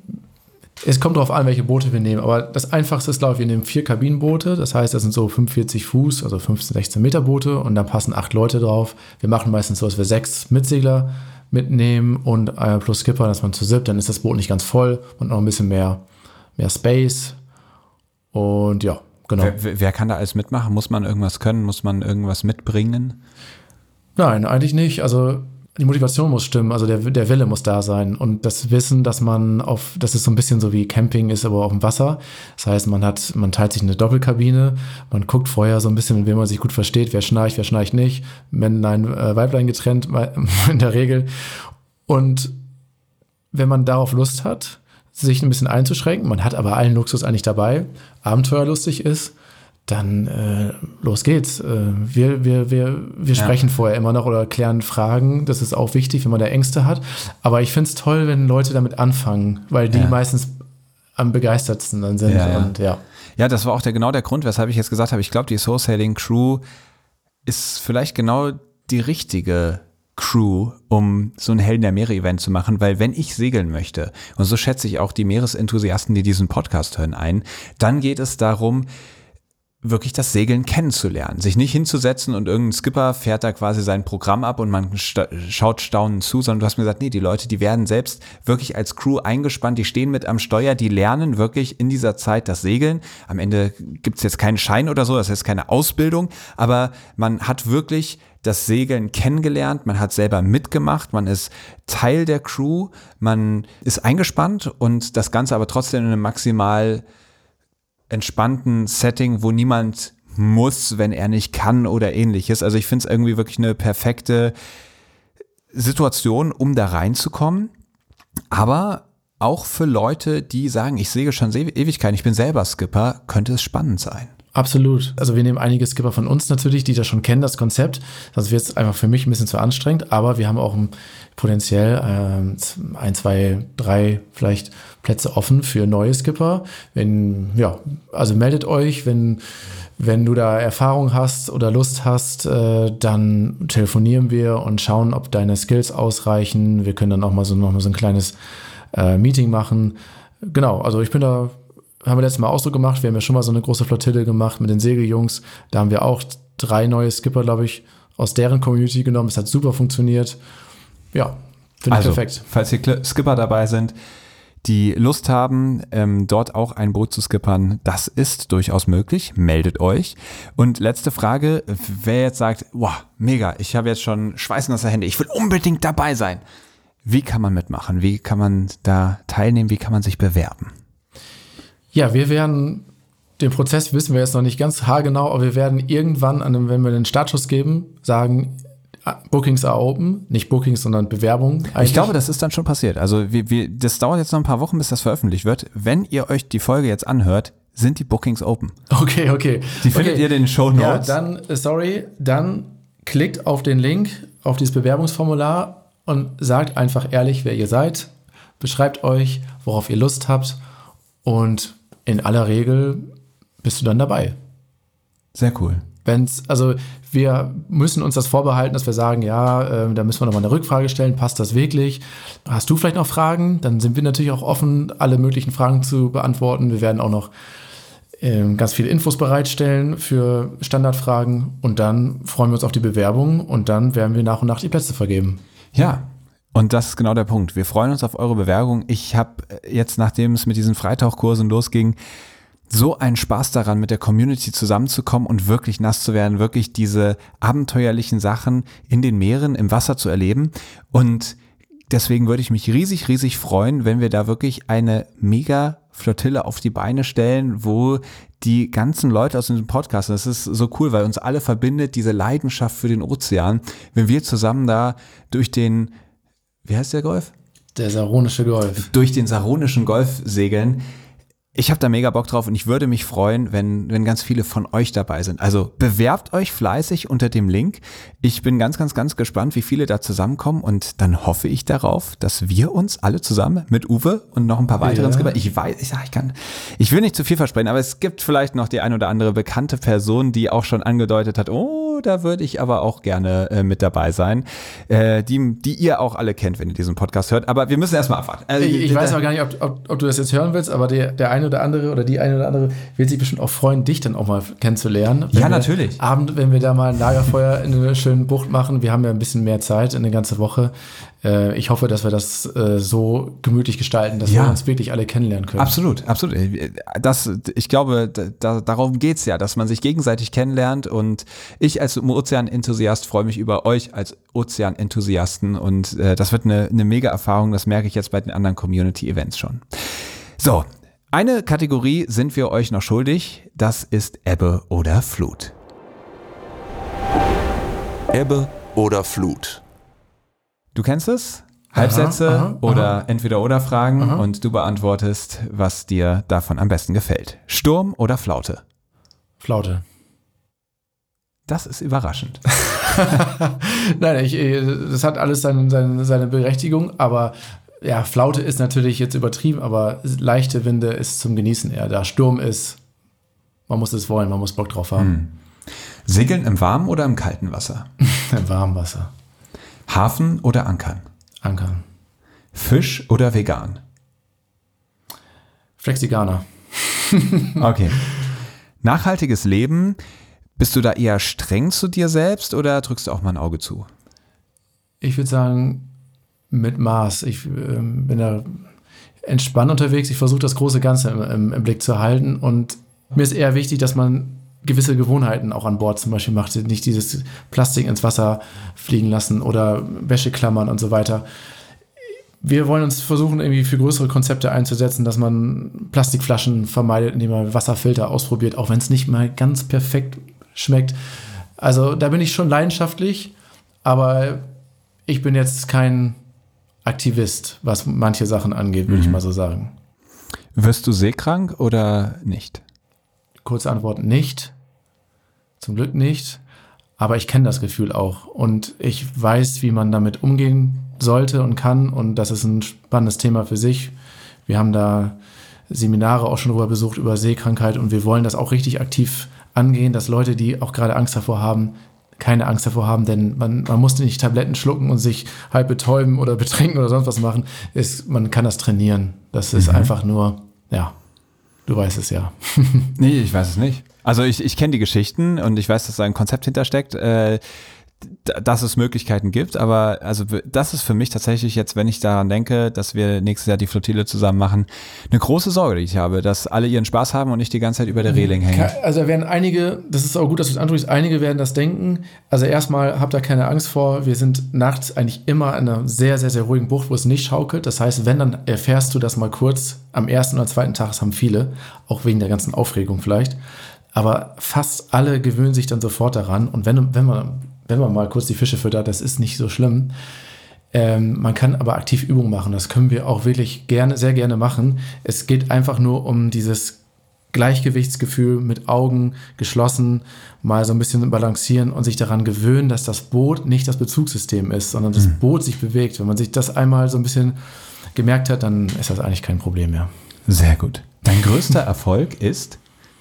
Es kommt darauf an, welche Boote wir nehmen. Aber das Einfachste ist, glaube ich, wir nehmen vier Kabinenboote. Das heißt, das sind so fünfundvierzig Fuß, also fünfzehn, sechzehn Meter Boote. Und da passen acht Leute drauf. Wir machen meistens so, dass wir sechs Mitsegler mitnehmen und äh, plus Skipper, dass man zu siebt. Dann ist das Boot nicht ganz voll und noch ein bisschen mehr, mehr Space. Und ja. Genau. Wer, wer kann da alles mitmachen? Muss man irgendwas können? Muss man irgendwas mitbringen? Nein, eigentlich nicht. Also die Motivation muss stimmen, also der, der Wille muss da sein und das Wissen, dass man auf, das ist so ein bisschen so wie Camping ist, aber auf dem Wasser. Das heißt, man hat, man teilt sich eine Doppelkabine, man guckt vorher so ein bisschen, mit wem man sich gut versteht, wer schnarcht, wer schnarcht nicht, Männlein, äh, Weiblein getrennt in der Regel. Und wenn man darauf Lust hat, sich ein bisschen einzuschränken, man hat aber allen Luxus eigentlich dabei, abenteuerlustig ist, dann äh, los geht's. Äh, wir wir, wir, wir ja. sprechen vorher immer noch oder klären Fragen. Das ist auch wichtig, wenn man da Ängste hat. Aber ich finde es toll, wenn Leute damit anfangen, weil die ja. meistens am begeistertsten dann sind. Ja, ja. Und, ja. ja, das war auch der, genau der Grund, weshalb ich jetzt gesagt habe, ich glaube, die Soul Sailing Crew ist vielleicht genau die richtige Crew, um so ein Helden der Meere-Event zu machen, weil wenn ich segeln möchte, und so schätze ich auch die Meeresenthusiasten, die diesen Podcast hören, ein, dann geht es darum, wirklich das Segeln kennenzulernen, sich nicht hinzusetzen und irgendein Skipper fährt da quasi sein Programm ab und man sta- schaut staunend zu, sondern du hast mir gesagt, nee, die Leute, die werden selbst wirklich als Crew eingespannt, die stehen mit am Steuer, die lernen wirklich in dieser Zeit das Segeln. Am Ende gibt's jetzt keinen Schein oder so, das ist keine Ausbildung, aber man hat wirklich das Segeln kennengelernt, man hat selber mitgemacht, man ist Teil der Crew, man ist eingespannt und das Ganze aber trotzdem in einem maximal entspannten Setting, wo niemand muss, wenn er nicht kann oder ähnliches. Also ich finde es irgendwie wirklich eine perfekte Situation, um da reinzukommen. Aber auch für Leute, die sagen, ich segel schon Ewigkeiten, ich bin selber Skipper, könnte es spannend sein. Absolut. Also wir nehmen einige Skipper von uns natürlich, die das schon kennen, das Konzept. Das wird jetzt einfach für mich ein bisschen zu anstrengend, aber wir haben auch potenziell ähm, ein, zwei, drei vielleicht Plätze offen für neue Skipper. Wenn, ja, also meldet euch, wenn, wenn du da Erfahrung hast oder Lust hast, äh, dann telefonieren wir und schauen, ob deine Skills ausreichen. Wir können dann auch mal so, noch mal so ein kleines äh, Meeting machen. Genau, also ich bin da, haben wir letztes Mal auch so gemacht. Wir haben ja schon mal so eine große Flottille gemacht mit den Segeljungs. Da haben wir auch drei neue Skipper, glaube ich, aus deren Community genommen. Es hat super funktioniert. Ja, finde ich also, perfekt. Falls hier Skipper dabei sind, die Lust haben, ähm, dort auch ein Boot zu skippern, das ist durchaus möglich. Meldet euch. Und letzte Frage, wer jetzt sagt, wow, mega, ich habe jetzt schon schweißnasse Hände, ich will unbedingt dabei sein. Wie kann man mitmachen? Wie kann man da teilnehmen? Wie kann man sich bewerben? Ja, wir werden, den Prozess wissen wir jetzt noch nicht ganz haargenau, aber wir werden irgendwann, an dem, wenn wir den Startschuss geben, sagen, Bookings are open, nicht Bookings, sondern Bewerbung. Eigentlich. Ich glaube, das ist dann schon passiert. Also wir, wir, das dauert jetzt noch ein paar Wochen, bis das veröffentlicht wird. Wenn ihr euch die Folge jetzt anhört, sind die Bookings open. Okay, okay. Die findet okay. ihr in den Shownotes. Ja, dann, sorry, dann klickt auf den Link, auf dieses Bewerbungsformular und sagt einfach ehrlich, wer ihr seid. Beschreibt euch, worauf ihr Lust habt und in aller Regel bist du dann dabei. Sehr cool. Wenn's, also wir müssen uns das vorbehalten, dass wir sagen, ja, äh, da müssen wir nochmal eine Rückfrage stellen, passt das wirklich? Hast du vielleicht noch Fragen? Dann sind wir natürlich auch offen, alle möglichen Fragen zu beantworten. Wir werden auch noch äh, ganz viele Infos bereitstellen für Standardfragen und dann freuen wir uns auf die Bewerbung und dann werden wir nach und nach die Plätze vergeben. Ja, und das ist genau der Punkt. Wir freuen uns auf eure Bewerbung. Ich habe jetzt, nachdem es mit diesen Freitauchkursen losging, so einen Spaß daran, mit der Community zusammenzukommen und wirklich nass zu werden, wirklich diese abenteuerlichen Sachen in den Meeren, im Wasser zu erleben. Und deswegen würde ich mich riesig, riesig freuen, wenn wir da wirklich eine mega Flottille auf die Beine stellen, wo die ganzen Leute aus diesem Podcast, das ist so cool, weil uns alle verbindet diese Leidenschaft für den Ozean, wenn wir zusammen da durch den, wie heißt der Golf? Der Saronische Golf. Durch den Saronischen Golf segeln. Ich habe da mega Bock drauf und ich würde mich freuen, wenn, wenn ganz viele von euch dabei sind. Also bewerbt euch fleißig unter dem Link. Ich bin ganz, ganz, ganz gespannt, wie viele da zusammenkommen und dann hoffe ich darauf, dass wir uns alle zusammen mit Uwe und noch ein paar weiteren Skipper, ja. ich weiß, ich, ich kann, ich will nicht zu viel versprechen, aber es gibt vielleicht noch die ein oder andere bekannte Person, die auch schon angedeutet hat, oh, da würde ich aber auch gerne äh, mit dabei sein, äh, die, die ihr auch alle kennt, wenn ihr diesen Podcast hört. Aber wir müssen erstmal abwarten. Also, ich ich weiß aber gar nicht, ob, ob, ob du das jetzt hören willst, aber der, der eine oder andere oder die eine oder andere wird sich bestimmt auch freuen, dich dann auch mal kennenzulernen. Ja, natürlich. Abend, wenn wir da mal ein Lagerfeuer in einer schönen Bucht machen, wir haben ja ein bisschen mehr Zeit, eine ganze Woche. Äh, ich hoffe, dass wir das äh, so gemütlich gestalten, dass ja. wir uns wirklich alle kennenlernen können. Absolut, absolut. Das, ich glaube, da, darum geht's ja, dass man sich gegenseitig kennenlernt und ich als Ozeanenthusiast freue mich über euch als Ozeanenthusiasten und äh, das wird eine, eine mega Erfahrung, das merke ich jetzt bei den anderen Community-Events schon. So, eine Kategorie sind wir euch noch schuldig, das ist Ebbe oder Flut. Ebbe oder Flut. Du kennst es? Halbsätze aha, aha, oder aha. Entweder-oder-Fragen aha. und du beantwortest, was dir davon am besten gefällt. Sturm oder Flaute? Flaute. Das ist überraschend. Nein, ich, das hat alles seine, seine, seine Berechtigung, aber ja, Flaute ist natürlich jetzt übertrieben, aber leichte Winde ist zum Genießen eher da. Sturm ist, man muss es wollen, man muss Bock drauf haben. Hm. Segeln im warmen oder im kalten Wasser? Im warmen Wasser. Hafen oder Ankern? Ankern. Fisch oder vegan? Flexiganer. Okay. Nachhaltiges Leben, bist du da eher streng zu dir selbst oder drückst du auch mal ein Auge zu? Ich würde sagen, mit Maß. Ich äh, bin da entspannt unterwegs. Ich versuche das große Ganze im, im, im Blick zu halten. Und mir ist eher wichtig, dass man gewisse Gewohnheiten auch an Bord zum Beispiel macht. Nicht dieses Plastik ins Wasser fliegen lassen oder Wäscheklammern und so weiter. Wir wollen uns versuchen, irgendwie für größere Konzepte einzusetzen, dass man Plastikflaschen vermeidet, indem man Wasserfilter ausprobiert, auch wenn es nicht mal ganz perfekt schmeckt. Also da bin ich schon leidenschaftlich, aber ich bin jetzt kein Aktivist, was manche Sachen angeht, würde mhm. ich mal so sagen. Wirst du seekrank oder nicht? Kurze Antwort, nicht. Zum Glück nicht. Aber ich kenne das Gefühl auch. Und ich weiß, wie man damit umgehen sollte und kann. Und das ist ein spannendes Thema für sich. Wir haben da Seminare auch schon drüber besucht, über Seekrankheit. Und wir wollen das auch richtig aktiv angehen, dass Leute, die auch gerade Angst davor haben, keine Angst davor haben. Denn man, man muss nicht Tabletten schlucken und sich halb betäuben oder betrinken oder sonst was machen. Es, man kann das trainieren. Das ist mhm. einfach nur, ja, du weißt es ja. Nee, ich weiß es nicht. Also ich, ich kenne die Geschichten und ich weiß, dass da ein Konzept hintersteckt, äh, dass es Möglichkeiten gibt, aber also das ist für mich tatsächlich jetzt, wenn ich daran denke, dass wir nächstes Jahr die Flottille zusammen machen, eine große Sorge, die ich habe, dass alle ihren Spaß haben und nicht die ganze Zeit über der Reling hängen. Also da werden einige, das ist auch gut, dass du es ansprichst, einige werden das denken. Also erstmal habt da keine Angst vor, wir sind nachts eigentlich immer in einer sehr, sehr, sehr ruhigen Bucht, wo es nicht schaukelt. Das heißt, wenn, dann erfährst du das mal kurz am ersten oder zweiten Tag, das haben viele, auch wegen der ganzen Aufregung vielleicht. Aber fast alle gewöhnen sich dann sofort daran. Und wenn, wenn, man, wenn man mal kurz die Fische füttert, das ist nicht so schlimm. Ähm, man kann aber aktiv Übungen machen. Das können wir auch wirklich gerne, sehr gerne machen. Es geht einfach nur um dieses Gleichgewichtsgefühl mit Augen geschlossen, mal so ein bisschen balancieren und sich daran gewöhnen, dass das Boot nicht das Bezugssystem ist, sondern das mhm. Boot sich bewegt. Wenn man sich das einmal so ein bisschen gemerkt hat, dann ist das eigentlich kein Problem mehr. Sehr gut. Dein größter Erfolg ist?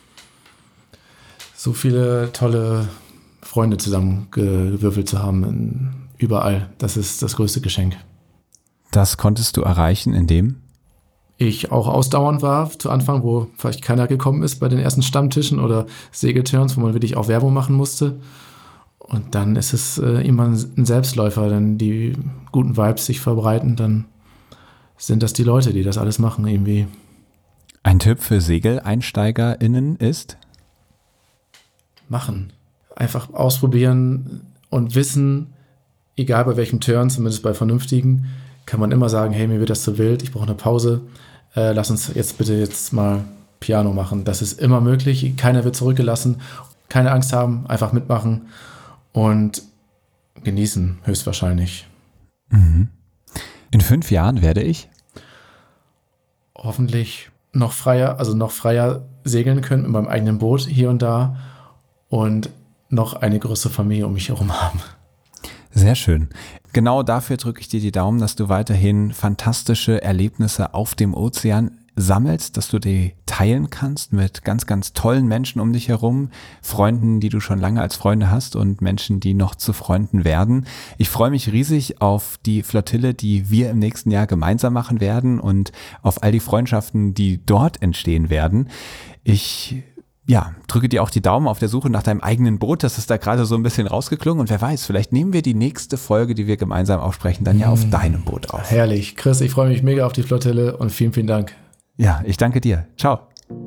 So viele tolle Freunde zusammengewürfelt zu haben, in, überall. Das ist das größte Geschenk. Das konntest du erreichen, indem? Ich auch ausdauernd war zu Anfang, wo vielleicht keiner gekommen ist bei den ersten Stammtischen oder Segelturns, wo man wirklich auch Werbung machen musste. Und dann ist es äh, immer ein Selbstläufer, wenn die guten Vibes sich verbreiten, dann sind das die Leute, die das alles machen irgendwie. Ein Tipp für SegeleinsteigerInnen ist? Machen. Einfach ausprobieren und wissen, egal bei welchem Turn, zumindest bei vernünftigen, kann man immer sagen, hey, mir wird das zu wild, ich brauche eine Pause, äh, lass uns jetzt bitte jetzt mal Piano machen. Das ist immer möglich, keiner wird zurückgelassen, keine Angst haben, einfach mitmachen und genießen, höchstwahrscheinlich. Mhm. In fünf Jahren werde ich? Hoffentlich noch freier, also noch freier segeln können mit meinem eigenen Boot hier und da und noch eine größere Familie um mich herum haben. Sehr schön. Genau dafür drücke ich dir die Daumen, dass du weiterhin fantastische Erlebnisse auf dem Ozean sammelst, dass du die teilen kannst mit ganz, ganz tollen Menschen um dich herum, Freunden, die du schon lange als Freunde hast und Menschen, die noch zu Freunden werden. Ich freue mich riesig auf die Flottille, die wir im nächsten Jahr gemeinsam machen werden und auf all die Freundschaften, die dort entstehen werden. Ich Ja, drücke dir auch die Daumen auf der Suche nach deinem eigenen Boot. Das ist da gerade so ein bisschen rausgeklungen. Und wer weiß, vielleicht nehmen wir die nächste Folge, die wir gemeinsam aufsprechen, dann ja auf deinem Boot auf. Herrlich. Chris, ich freue mich mega auf die Flottille und vielen, vielen Dank. Ja, ich danke dir. Ciao.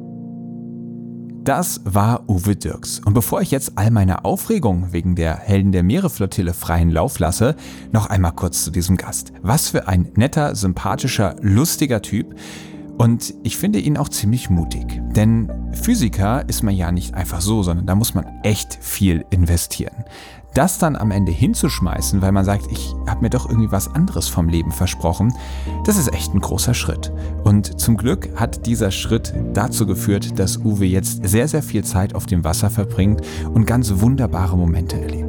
Das war Uwe Dirks. Und bevor ich jetzt all meine Aufregung wegen der Helden der Meere-Flottille freien Lauf lasse, noch einmal kurz zu diesem Gast. Was für ein netter, sympathischer, lustiger Typ. Und ich finde ihn auch ziemlich mutig. Denn Physiker ist man ja nicht einfach so, sondern da muss man echt viel investieren. Das dann am Ende hinzuschmeißen, weil man sagt, ich habe mir doch irgendwie was anderes vom Leben versprochen, das ist echt ein großer Schritt. Und zum Glück hat dieser Schritt dazu geführt, dass Uwe jetzt sehr, sehr viel Zeit auf dem Wasser verbringt und ganz wunderbare Momente erlebt.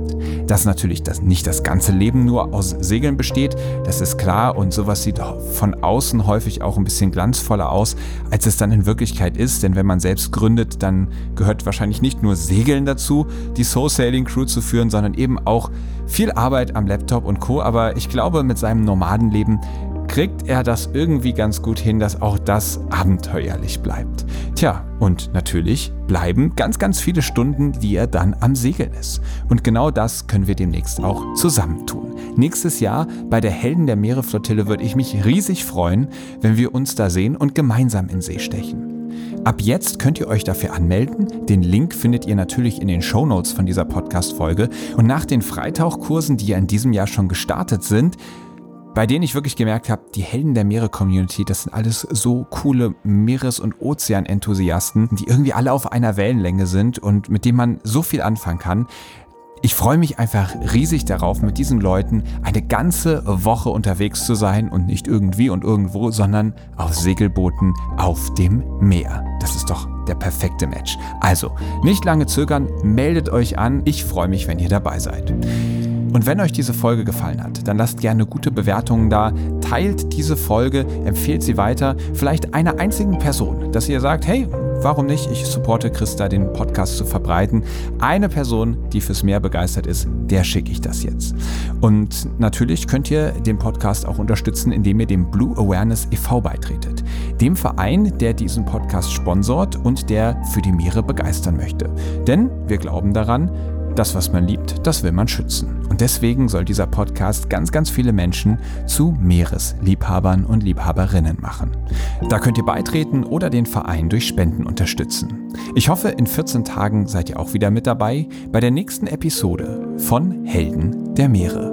dass natürlich das nicht das ganze Leben nur aus Segeln besteht, das ist klar, und sowas sieht von außen häufig auch ein bisschen glanzvoller aus, als es dann in Wirklichkeit ist, denn wenn man selbst gründet, dann gehört wahrscheinlich nicht nur Segeln dazu, die Soul Sailing Crew zu führen, sondern eben auch viel Arbeit am Laptop und Co., aber ich glaube, mit seinem Nomadenleben kriegt er das irgendwie ganz gut hin, dass auch das abenteuerlich bleibt. Tja, und natürlich bleiben ganz, ganz viele Stunden, die er dann am Segeln ist. Und genau das können wir demnächst auch zusammentun. Nächstes Jahr bei der Helden der Meere Flottille würde ich mich riesig freuen, wenn wir uns da sehen und gemeinsam in See stechen. Ab jetzt könnt ihr euch dafür anmelden. Den Link findet ihr natürlich in den Shownotes von dieser Podcast-Folge. Und nach den Freitauchkursen, die ja in diesem Jahr schon gestartet sind, bei denen ich wirklich gemerkt habe, die Helden der Meere-Community, das sind alles so coole Meeres- und Ozean-Enthusiasten, die irgendwie alle auf einer Wellenlänge sind und mit denen man so viel anfangen kann. Ich freue mich einfach riesig darauf, mit diesen Leuten eine ganze Woche unterwegs zu sein und nicht irgendwie und irgendwo, sondern auf Segelbooten auf dem Meer. Das ist doch der perfekte Match. Also, nicht lange zögern, meldet euch an. Ich freue mich, wenn ihr dabei seid. Und wenn euch diese Folge gefallen hat, dann lasst gerne gute Bewertungen da, teilt diese Folge, empfehlt sie weiter, vielleicht einer einzigen Person, dass ihr sagt, hey, warum nicht, ich supporte Christa, den Podcast zu verbreiten. Eine Person, die fürs Meer begeistert ist, der schicke ich das jetzt. Und natürlich könnt ihr den Podcast auch unterstützen, indem ihr dem Blue Awareness e V beitretet. Dem Verein, der diesen Podcast sponsort und der für die Meere begeistern möchte. Denn wir glauben daran, das, was man liebt, das will man schützen. Und deswegen soll dieser Podcast ganz, ganz viele Menschen zu Meeresliebhabern und Liebhaberinnen machen. Da könnt ihr beitreten oder den Verein durch Spenden unterstützen. Ich hoffe, in vierzehn Tagen seid ihr auch wieder mit dabei bei der nächsten Episode von Helden der Meere.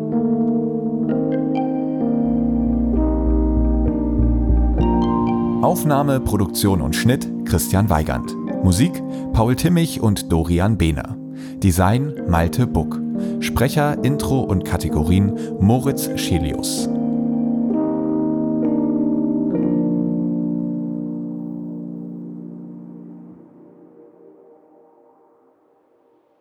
Aufnahme, Produktion und Schnitt Christian Weigand. Musik Paul Timmich und Dorian Behner. Design Malte Buck. Sprecher, Intro und Kategorien Moritz Schelius.